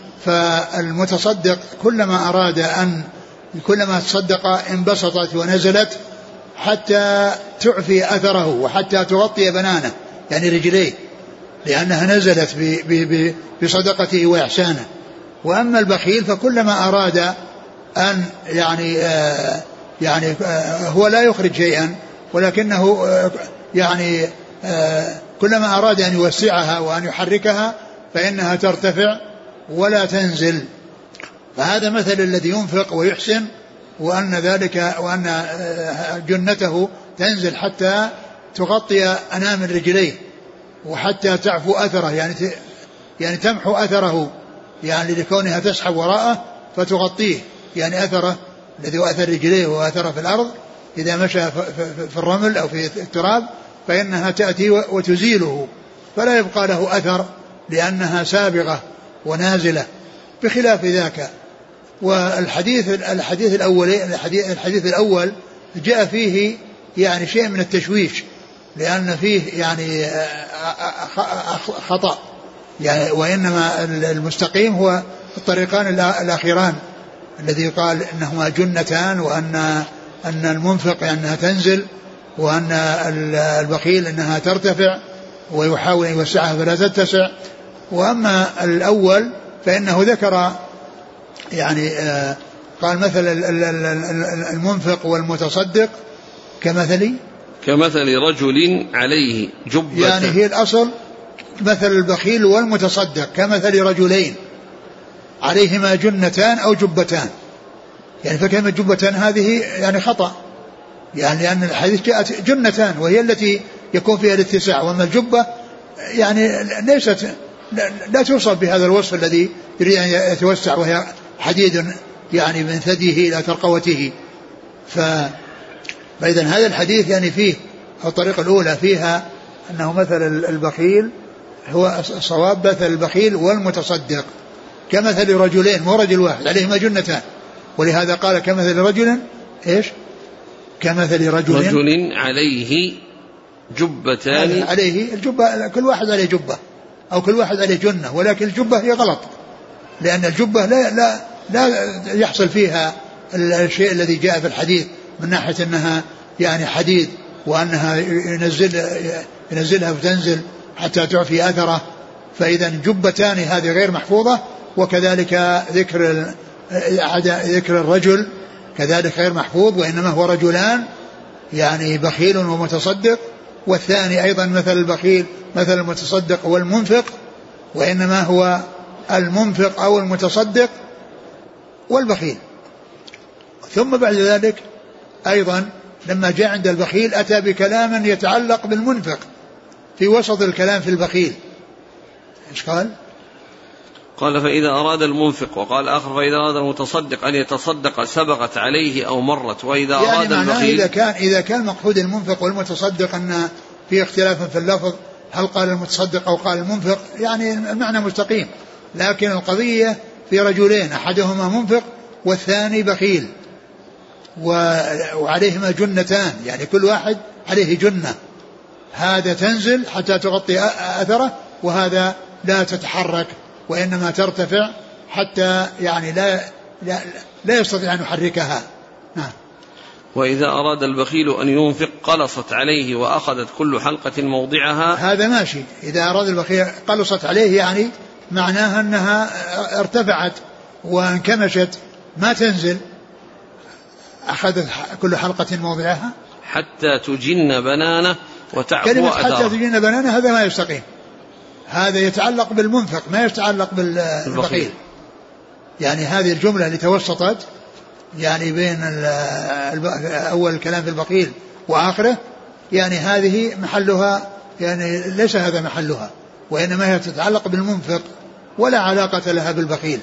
فالمتصدق كلما أراد أن كلما تصدق انبسطت ونزلت حتى تعفي أثره وحتى تغطي بنانه يعني رجليه، لأنها نزلت بصدقته وإحسانه. وأما البخيل فكلما أراد أن يعني آه يعني آه هو لا يخرج شيئا، ولكنه آه يعني آه كلما أراد أن يوسعها وأن يحركها فإنها ترتفع ولا تنزل. فهذا مثل الذي ينفق ويحسن، وأن ذلك وأن آه جنته تنزل حتى تغطي أنامل رجليه وحتى تعفو أثره، يعني يعني تمحو أثره، يعني لكونها تسحب وراءه فتغطيه، يعني أثره الذي هو أثر رجليه وأثره في الأرض إذا مشى في الرمل أو في التراب فإنها تأتي وتزيله فلا يبقى له أثر لأنها سابغة ونازلة، بخلاف ذاك. والحديث الحديث الأول الحديث الأول جاء فيه يعني شيء من التشويش، لأن فيه يعني خطأ يعني، وإنما المستقيم هو الطريقان الأخيران الذي قال إنهما جنتان، وأن أن المنفق أنها تنزل، وأن البخيل أنها ترتفع ويحاول أن يوسعها فلا تتسع. وأما الأول فإنه ذكر يعني قال مثل المنفق والمتصدق كمثل كمثل رجل عليه جبة، يعني هي الأصل مثل البخيل والمتصدق كمثل رجلين عليهما جنتان أو جبتان، يعني فكلمة جبتان هذه يعني خطأ، يعني لأن الحديث جاءت جنتان وهي التي يكون فيها الاتساع، وأما الجبة يعني ليست لا توصف بهذا الوصف الذي يريد أن يتوسع، وهي حديد يعني من ثديه إلى ترقوته. ف فإذا هذا الحديث يعني فيه الطريقة الأولى فيها أنه مثل البخيل هو صواب مثل البخيل والمتصدق كمثل رجلين، مو رجل واحد عليهما جنتان، ولهذا قال كمثل رجل ايش كمثل رجل رجل عليه جبتان، عليه الجبة كل واحد عليه جبة أو كل واحد عليه جنة، ولكن الجبة هي غلط، لأن الجبة لا, لا, لا يحصل فيها الشيء الذي جاء في الحديث من ناحية أنها يعني حديد وأنها ينزل ينزلها وتنزل حتى تعفي أثره. فإذا جبتان هذه غير محفوظة، وكذلك ذكر ذكر الرجل كذلك غير محفوظ، وإنما هو رجلان يعني بخيل ومتصدق، والثاني أيضا مثل البخيل مثل المتصدق والمنفق، وإنما هو المنفق أو المتصدق والبخيل. ثم بعد ذلك أيضا لما جاء عند البخيل أتى بكلام يتعلق بالمنفق في وسط الكلام في البخيل. إيش قال؟ قال فإذا أراد المنفق، وقال آخر فإذا أراد المتصدق أن يتصدق سبقت عليه أو مرت، وإذا يعني أراد البخيل إذا كان إذا كان مقصود المنفق والمتصدق أن في اختلاف في اللفظ هل قال المتصدق أو قال المنفق، يعني المعنى مستقيم، لكن القضية في رجلين أحدهما منفق والثاني بخيل وعليهما جنتان، يعني كل واحد عليه جنة، هذا تنزل حتى تغطي أثره وهذا لا تتحرك وإنما ترتفع حتى يعني لا, لا, لا يستطيع أن يحركها. نعم. وإذا أراد البخيل أن ينفق قلصت عليه وأخذت كل حلقة موضعها. هذا ماشي. إذا أراد البخيل قلصت عليه يعني معناها أنها ارتفعت وانكمشت ما تنزل، أخذت كل حلقة موضعها حتى تجن بنانه وتعفو كلمة أثره. حتى تجن بنانه هذا ما يستقيم، هذا يتعلق بالمنفق ما يتعلق بالبخيل. يعني هذه الجملة اللي توسطت يعني بين أول الكلام في البخيل وآخره، يعني هذه محلها يعني ليس هذا محلها، وإنما هي تتعلق بالمنفق ولا علاقة لها بالبخيل.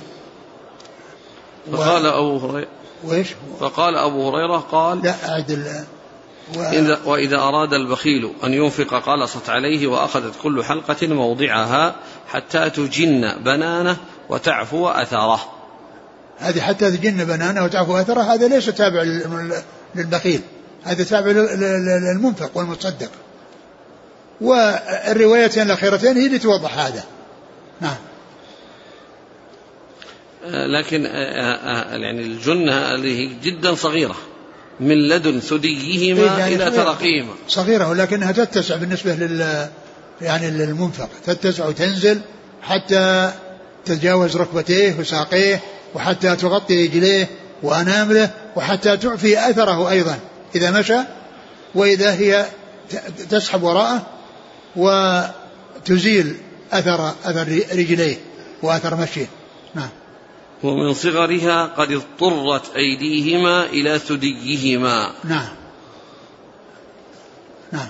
فقال أبو هريرة وإيش؟ فقال أبو هريرة قال لا أعدل و... وإذا أراد البخيل أن ينفق قلصت عليه وأخذت كل حلقة موضعها حتى تجن بنانه وتعفو أثره. هذه حتى تجن بنانه وتعفو أثره هذا ليس تابع للبخيل، هذا تابع للمنفق والمتصدق، والروايتين الأخيرتين هي اللي توضح هذا. نعم. لكن يعني الجنة هذه جدا صغيرة من لدن ثديهما يعني إلى ترقيهما صغيرة، ولكنها تتسع بالنسبة لل يعني للمنفق، تتسع وتنزل حتى تتجاوز ركبتيه وساقيه وحتى تغطي رجليه وأنامله وحتى تعفي أثره أيضا إذا مشى، وإذا هي تسحب وراءه وتزيل أثر أثر رجليه وأثر مشيه. نعم. ومن صغرها قد اضطرت أيديهما إلى ثديهما. نعم. نعم.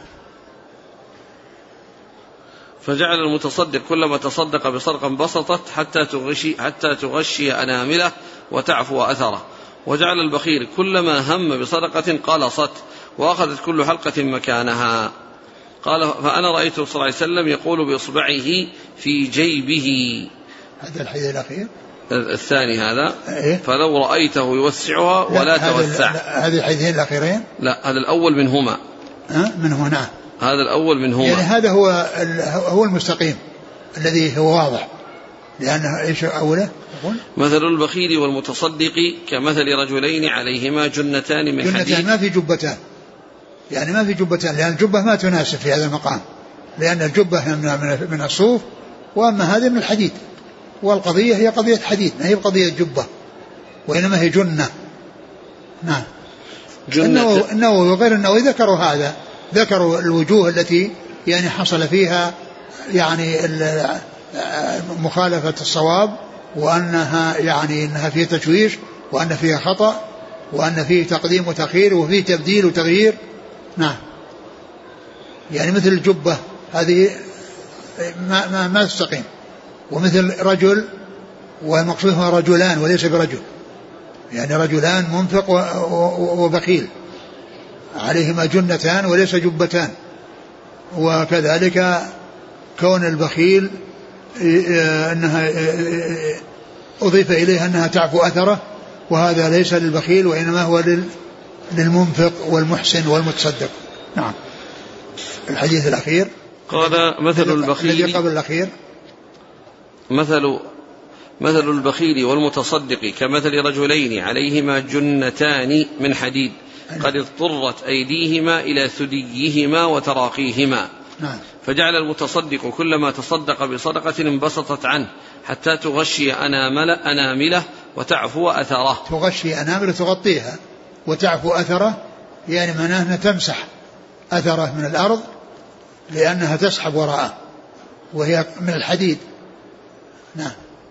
فجعل المتصدق كلما تصدق بصدقة انبسطت حتى تغشي حتى تغشي أنامله وتعفو أثره، وجعل البخيل كلما هم بصدقة قلصت وأخذت كل حلقة مكانها. قال فأنا رأيته صلى الله عليه وسلم يقول بإصبعه في جيبه. هذا الحديث الأخير الثاني هذا إيه؟ فلو رأيته يوسعها ولا توسع. هذه الحديثين الأخيرين لا هذا الأول منهما. أه؟ من هنا هذا الأول منهما يعني هذا هو هو المستقيم الذي هو واضح، لأنه إيش أوله يقول مثل البخيل والمتصدق كمثل رجلين عليهما جنتان من حديد. جنتان ما في جبتان، يعني ما في جبتان، لأن الجبة ما تناسب في هذا المقام، لأن الجبة من الصوف وأما هذه من الحديد، والقضية هي قضية حديد ما هي قضية جبة، وإنما هي جنة. نعم. النووي وغير النووي ذكروا هذا، ذكروا الوجوه التي يعني حصل فيها يعني مخالفة الصواب، وأنها يعني أنها فيه تشويش، وأن فيها خطأ، وأن فيه تقديم وتأخير، وفيه تبديل وتغيير. نعم. يعني مثل الجبة هذه ما ما ما تستقيم، ومثل رجل والمقصود هو رجلان وليس برجل، يعني رجلان منفق وبخيل عليهما جنتان وليس جبتان. وكذلك كون البخيل أنها أضيف إليها أنها تعفو أثره، وهذا ليس للبخيل وإنما هو للمنفق والمحسن والمتصدق. نعم. الحديث الأخير قال مثل البخيل الذي قبل الأخير مثل مثل البخيل والمتصدق كمثل رجلين عليهما جنتان من حديد قد اضطرت أيديهما إلى ثديهما وتراقيهما. نعم. فجعل المتصدق كلما تصدق بصدقة انبسطت عنه حتى تغشي أنامل أنامله وتعفو أثره. تغشي أنامله تغطيها وتعفو أثره، يعني معناه أنها تمسح أثره من الأرض لأنها تسحب وراءه وهي من الحديد. نعم.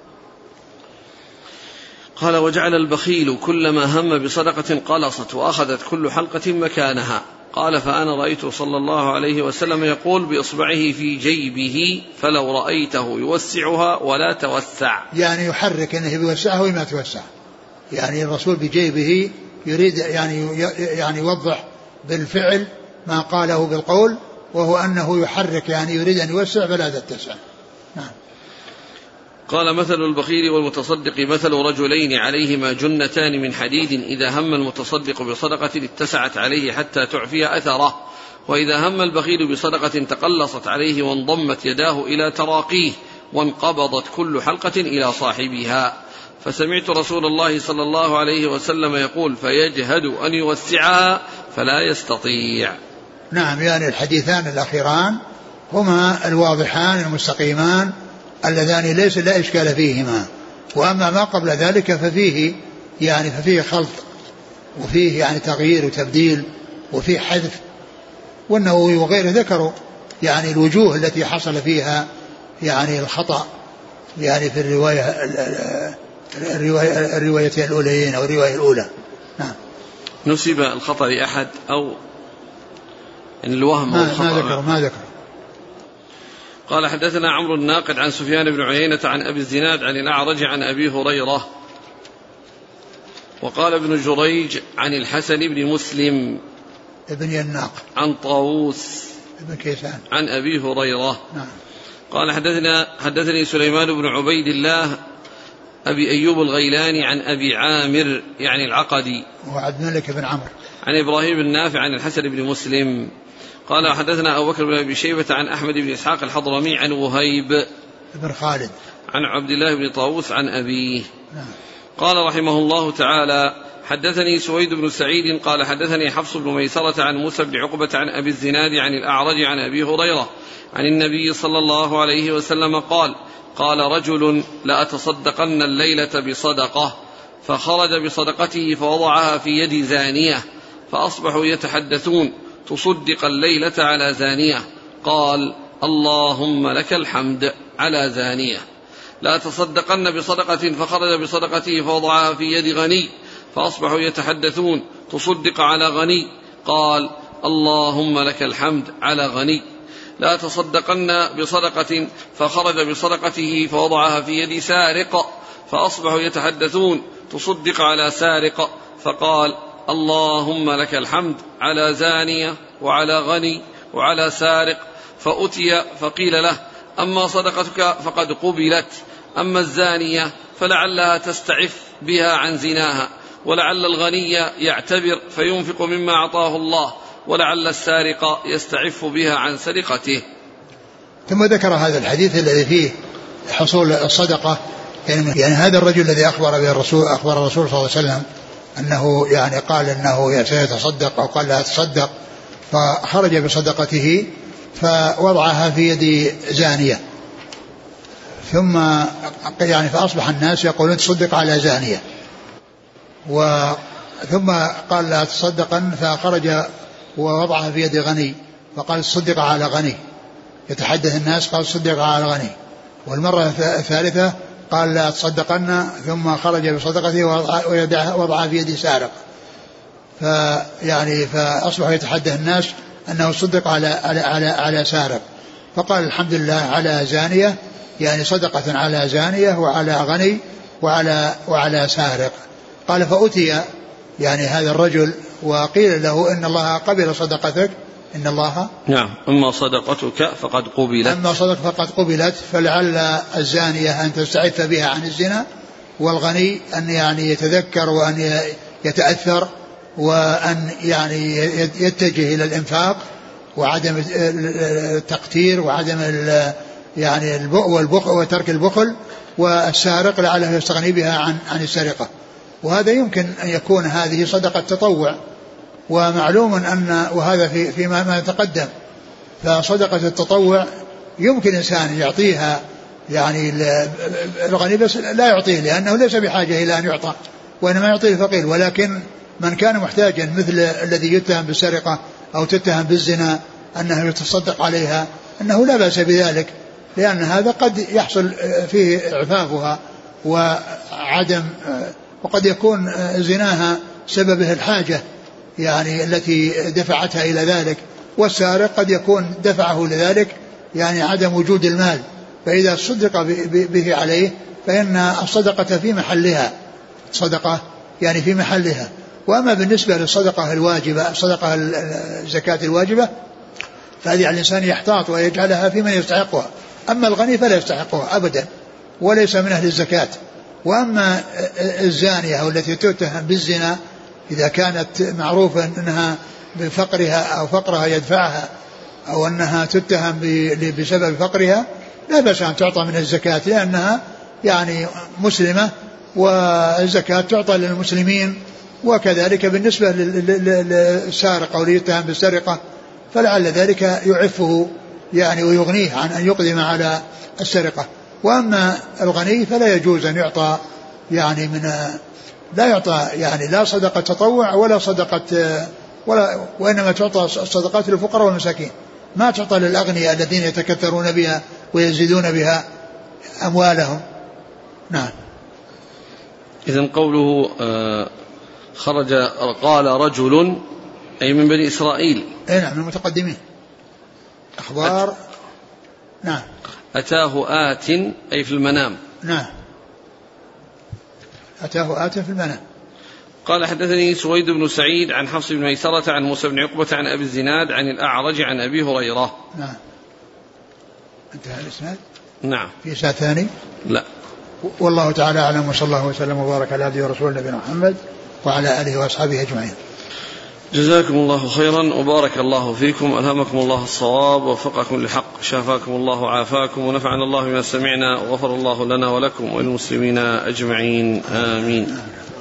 قال وجعل البخيل كلما هم بصدقة قلصت وأخذت كل حلقة مكانها. قال فأنا رأيت صلى الله عليه وسلم يقول بإصبعه في جيبه فلو رأيته يوسعها ولا توسع، يعني يحرك أنه يوسعها وما توسع، يعني الرسول بجيبه يريد يعني يعني يوضح بالفعل ما قاله بالقول، وهو أنه يحرك يعني يريد أن يوسع فلا تتسع. نعم. قال مثل البخيل والمتصدق مثل رجلين عليهما جنتان من حديد إذا هم المتصدق بصدقة اتسعت عليه حتى تعفي أثره، وإذا هم البخيل بصدقة تقلصت عليه وانضمت يداه إلى تراقيه وانقبضت كل حلقة إلى صاحبها. فسمعت رسول الله صلى الله عليه وسلم يقول فيجهد أن يوسعها فلا يستطيع. نعم، يعني الحديثان الأخيران هما الواضحان المستقيمان اللذان ليس لا إشكال فيهما، وأما ما قبل ذلك ففيه يعني ففيه خلط وفيه يعني تغيير وتبديل وفيه حذف. والنووي وغيره ذكروا يعني الوجوه التي حصل فيها يعني الخطأ يعني في الرواية الرواية الروايتين الأوليين أو الرواية الأولى. نعم. نسب الخطأ لأحد أو إن الوهم ما, ما ذكر ما ذكر. قال حدثنا عمرو الناقد عن سفيان بن عيينة عن أبي الزناد عن الأعرج عن أبي هريرة. وقال ابن جريج عن الحسن بن مسلم ابن يناق عن طاووس ابن كيسان عن أبي هريرة. نعم. قال حدثنا حدثني سليمان بن عبيد الله أبي أيوب الغيلاني عن أبي عامر يعني العقدي وعبد الملك بن عمرو عن إبراهيم النافع عن الحسن بن مسلم قال حدثنا أبو بكر بن أبي شيبة عن أحمد بن إسحاق الحضرمي عن وهيب بن خالد عن عبد الله بن طاووس عن أبيه. نعم. قال رحمه الله تعالى حدثني سويد بن سعيد قال حدثني حفص بن ميسرة عن موسى بن عقبة عن أبي الزناد عن الأعرج عن أبي هريرة عن النبي صلى الله عليه وسلم قال قال رجل لأتصدقن الليلة بصدقة فخرج بصدقته فوضعها في يد زانية فأصبحوا يتحدثون تصدق الليلة على زانية قال اللهم لك الحمد على زانية. لا تصدقن بصدقة فخرج بصدقته فوضعها في يد غني فأصبحوا يتحدثون تصدق على غني قال اللهم لك الحمد على غني. لا تصدقن بصدقة فخرج بصدقته فوضعها في يد سارق فأصبحوا يتحدثون تصدق على سارق فقال اللهم لك الحمد على زانية وعلى غني وعلى سارق. فأتي فقيل له أما صدقتك فقد قبلت أما الزانية فلعلها تستعف بها عن زناها ولعل الغني يعتبر فينفق مما أعطاه الله ولعل السارق يستعف بها عن سرقته. ثم ذكر هذا الحديث الذي فيه حصول الصدقة يعني, يعني هذا الرجل الذي أخبر به الرسول أخبر الرسول صلى الله عليه وسلم أنه يعني قال أنه سيتصدق أو قال لا تصدق فخرج بصدقته فوضعها في يد زانية ثم يعني فأصبح الناس يقولون تصدق على زانية ثم قال لا تصدقن فخرج ووضعها في يد غني فقال تصدق على غني يتحدث الناس قال تصدق على غني. والمرة الثالثة قال لا تصدقن ثم خرج بصدقته ووضعها في يد سارق فيعني فأصبح يتحدث الناس أنه صدق على, على, على, على سارق فقال الحمد لله على زانية يعني صدقة على زانية وعلى غني وعلى, وعلى سارق. قال فأتي يعني هذا الرجل وقيل له إن الله قبل صدقتك إن الله نعم أما صدقتك فقد قبلت أما صدقتك فقد قبلت فلعل الزانية أن تستعف بها عن الزنا والغني أن يعني يتذكر وأن يتأثر وأن يعني يتجه إلى الإنفاق وعدم التقتير وعدم يعني البخل وترك البخل والسارق لعله يستغني بها عن عن السرقة. وهذا يمكن أن يكون هذه صدقة تطوع ومعلوم أن وهذا في فيما ما تقدم فصدقة التطوع يمكن إنسان يعطيها يعني الغني بس لا يعطيه لأنه ليس بحاجة إلى أن يعطى وإنما يعطيه الفقير. ولكن من كان محتاجا مثل الذي يتهم بالسرقة أو تتهم بالزنا أنه يتصدق عليها أنه لا بأس بذلك لأن هذا قد يحصل فيه إعفافها وعدم وقد يكون زناها سببه الحاجة يعني التي دفعتها إلى ذلك والسارق قد يكون دفعه لذلك يعني عدم وجود المال فإذا صدق به عليه فإن الصدقة في محلها صدقة يعني في محلها. وأما بالنسبة للصدقة الواجبة الصدقة الزكاة الواجبة فهذه على الإنسان يحتاط ويجعلها في من يستحقها. أما الغني فلا يستحقها أبدا وليس من أهل الزكاة. وأما الزانية أو التي تتهم بالزنا إذا كانت معروفة أنها بفقرها أو فقرها يدفعها أو أنها تتهم بسبب فقرها لا بأس أن تعطى من الزكاة لأنها يعني مسلمة، والزكاة تعطى للمسلمين. وكذلك بالنسبة للسارق أو ليتهم بالسرقة فلعل ذلك يعفه يعني ويغنيه عن أن يقدم على السرقة. وأما الغني فلا يجوز أن يعطى يعني من لا يعطى يعني لا صدقة تطوع ولا صدقة ولا وإنما تعطى الصدقات للفقراء والمساكين، ما تعطى للأغنياء الذين يتكثرون بها ويزيدون بها أموالهم. نعم. إذن قوله خرج قال رجل أي من بني إسرائيل. أي نعم من المتقدمين أخبار. أت... نعم. أتاه آت أي في المنام. نعم أتاه آت في المنام. قال حدثني سويد بن سعيد عن حفص بن ميسرة عن موسى بن عقبة عن أبي الزناد عن الأعرج عن أبي هريرة. نعم. انتهى الإسناد. نعم. في إسناد ثاني؟ لا. والله تعالى أعلم، وصلى الله وسلم وبارك على عبده ورسوله نبينا محمد وعلى آله وأصحابه أجمعين. جزاكم الله خيرا وبارك الله فيكم، ألهمكم الله الصواب ووفقكم للحق، شافاكم الله وعافاكم، ونفعنا الله بما سمعنا، وغفر الله لنا ولكم وللمسلمين أجمعين آمين.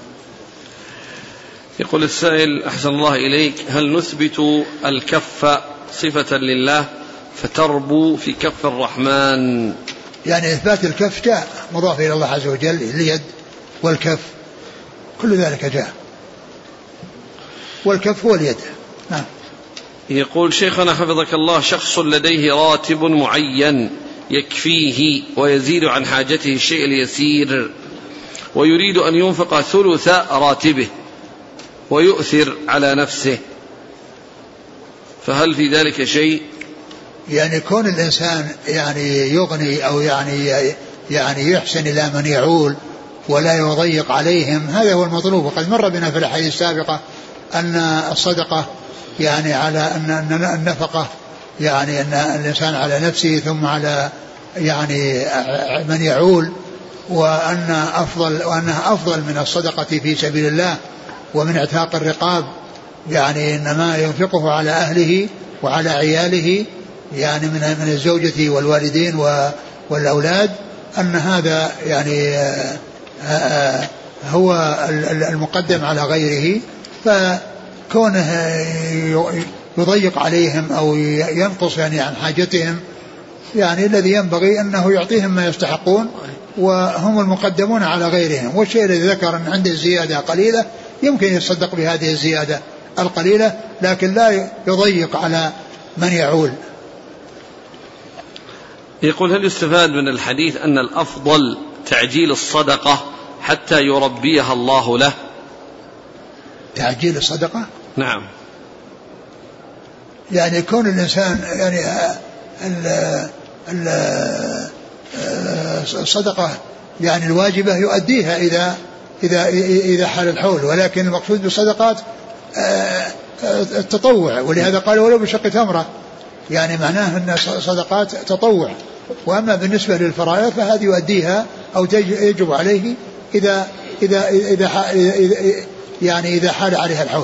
يقول السائل أحسن الله إليك، هل نثبت الكف صفة لله فتربو في كف الرحمن؟ يعني إثبات الكف جاء مضاف إلى الله عز وجل، اليد والكف كل ذلك جاء، والكف هو اليد. نعم. يقول شيخنا حفظك الله، شخص لديه راتب معين يكفيه ويزيد عن حاجته الشيء اليسير، ويريد أن ينفق ثلث راتبه ويؤثر على نفسه، فهل في ذلك شيء؟ يعني كون الإنسان يعني يغني أو يعني يعني يحسن إلى من يعول ولا يضيق عليهم، هذا هو المطلوب. وقد مر بنا في الحديث السابقة أن الصدقة يعني على أن النفقة يعني أن الإنسان على نفسه ثم على يعني من يعول، وأن أفضل وأنها أفضل من الصدقة في سبيل الله ومن اعتاق الرقاب، يعني إنما ينفقه على أهله وعلى عياله يعني من من الزوجة والوالدين والأولاد، أن هذا يعني هو المقدم على غيره. فكونه يضيق عليهم أو ينقص يعني عن حاجتهم، يعني الذي ينبغي أنه يعطيهم ما يستحقون وهم المقدمون على غيرهم. والشيء الذي ذكر أن عنده الزيادة قليلة يمكن يصدق بهذه الزيادة القليلة، لكن لا يضيق على من يعول. يقول هل يستفاد من الحديث أن الأفضل تعجيل الصدقة حتى يربيها الله له؟ تعجيل الصدقة؟ نعم. يعني يكون الإنسان يعني الصدقة يعني الواجبة يؤديها إذا إذا إذا حال الحول، ولكن المقصود بالصدقات التطوع، ولهذا قال ولو بشق تمرة، يعني معناه أن صدقات تطوع. وأما بالنسبة للفرائض فهذه يؤديها أو يجب عليه إذا إذا إذا يعني إذا حال عليها الحول.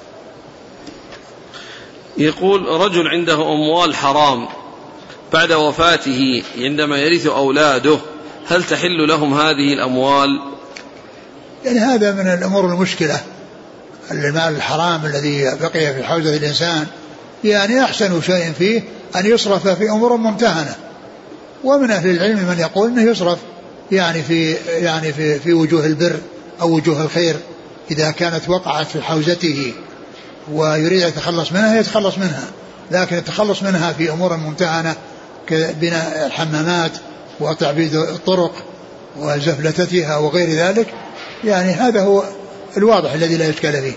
يقول رجل عنده أموال حرام بعد وفاته عندما يرث أولاده، هل تحل لهم هذه الأموال؟ يعني هذا من الأمور المشكلة، المال الحرام الذي بقي في حوزة الإنسان، يعني أحسن شيء فيه أن يصرف في أمور ممتهنة. ومن أهل العلم من يقول أنه يصرف يعني في يعني في في وجوه البر أو وجوه الخير، إذا كانت وقعت في حوزته ويريد أن يتخلص منها يتخلص منها، لكن التخلص منها في أمور ممتهنة كبناء الحمامات وتعبيد الطرق وزفلتتها وغير ذلك، يعني هذا هو الواضح الذي لا إشكال فيه.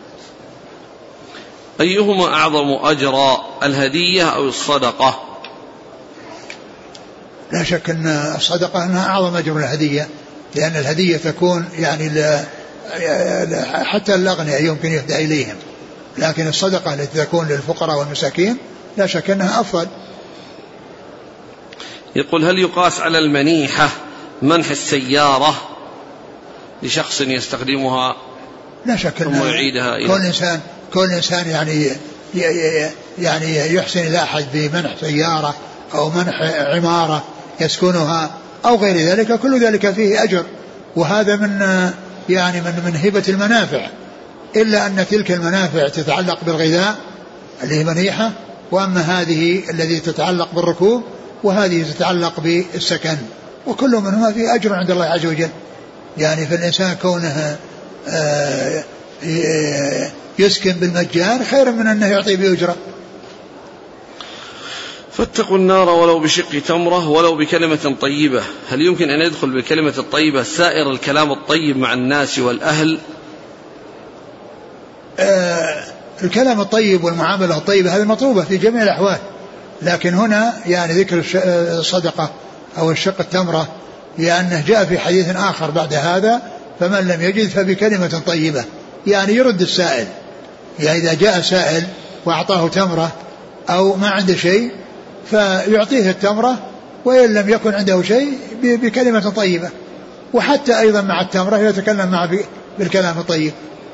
أيهما أعظم أجرا، الهدية أو الصدقة؟ لا شك أن الصدقة أنها أعظم أجر الهدية، لأن الهدية تكون يعني حتى الأغنياء يمكن يهدى إليهم، لكن الصدقة التي تكون للفقراء والمساكين لا شك أنها أفضل. يقول هل يقاس على المنيحة منح السيارة لشخص يستخدمها لا شك ثم يعيدها إلى كل إنسان كل إنسان يعني يعني يحسن إلى أحد بمنح سيارة أو منح عمارة يسكنها أو غير ذلك، كل ذلك فيه أجر، وهذا من يعني من من هبة المنافع، إلا أن تلك المنافع تتعلق بالغذاء اللي هي منيحة، وأما هذه الذي تتعلق بالركوب وهذه تتعلق بالسكن، وكل منهما فيه أجر عند الله عز وجل. يعني فالإنسان كونه يسكن بالمجان خير من أنه يعطي بأجرة. فاتقوا النار ولو بشق تمرة ولو بكلمة طيبة. هل يمكن أن يدخل بالكلمة الطيبة سائر الكلام الطيب مع الناس والأهل؟ آه الكلام الطيب والمعاملة الطيبة هذه مطلوبة في جميع الأحوال، لكن هنا يعني ذكر الصدقة أو الشق التمرة لأنه جاء في حديث آخر بعد هذا: فمن لم يجد فبكلمة طيبة، يعني يرد السائل. يعني إذا جاء سائل وأعطاه تمرة أو ما عنده شيء فيعطيه التمرة، وإن لم يكن عنده شيء بكلمة طيبة، وحتى أيضا مع التمرة يتكلم معه بالكلام الطيب.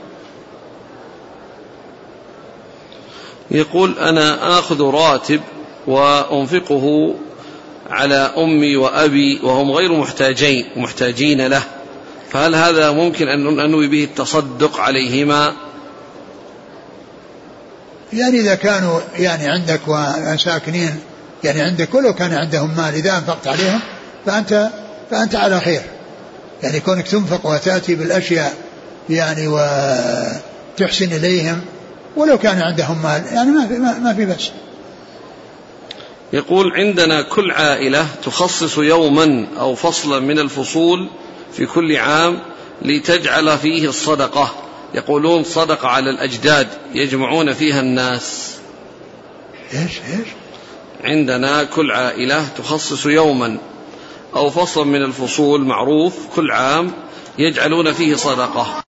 يقول: أنا آخذ راتب وأنفقه على أمي وأبي وهم غير محتاجين محتاجين له، فهل هذا ممكن أن أنوي به التصدق عليهما؟ يعني إذا كانوا يعني عندك وساكنين يعني عندك ولو كان عندهم مال، إذا أنفقت عليهم فأنت فأنت على خير. يعني كونك تنفق وتأتي بالأشياء يعني وتحسن إليهم ولو كان عندهم مال يعني ما في ما في بس. يقول: عندنا كل عائلة تخصص يوما أو فصلا من الفصول في كل عام لتجعل فيه الصدقة، يقولون صدقة على الأجداد، يجمعون فيها الناس. إيش إيش؟ عندنا كل عائلة تخصص يوما أو فصلا من الفصول معروف كل عام يجعلون فيه صدقة.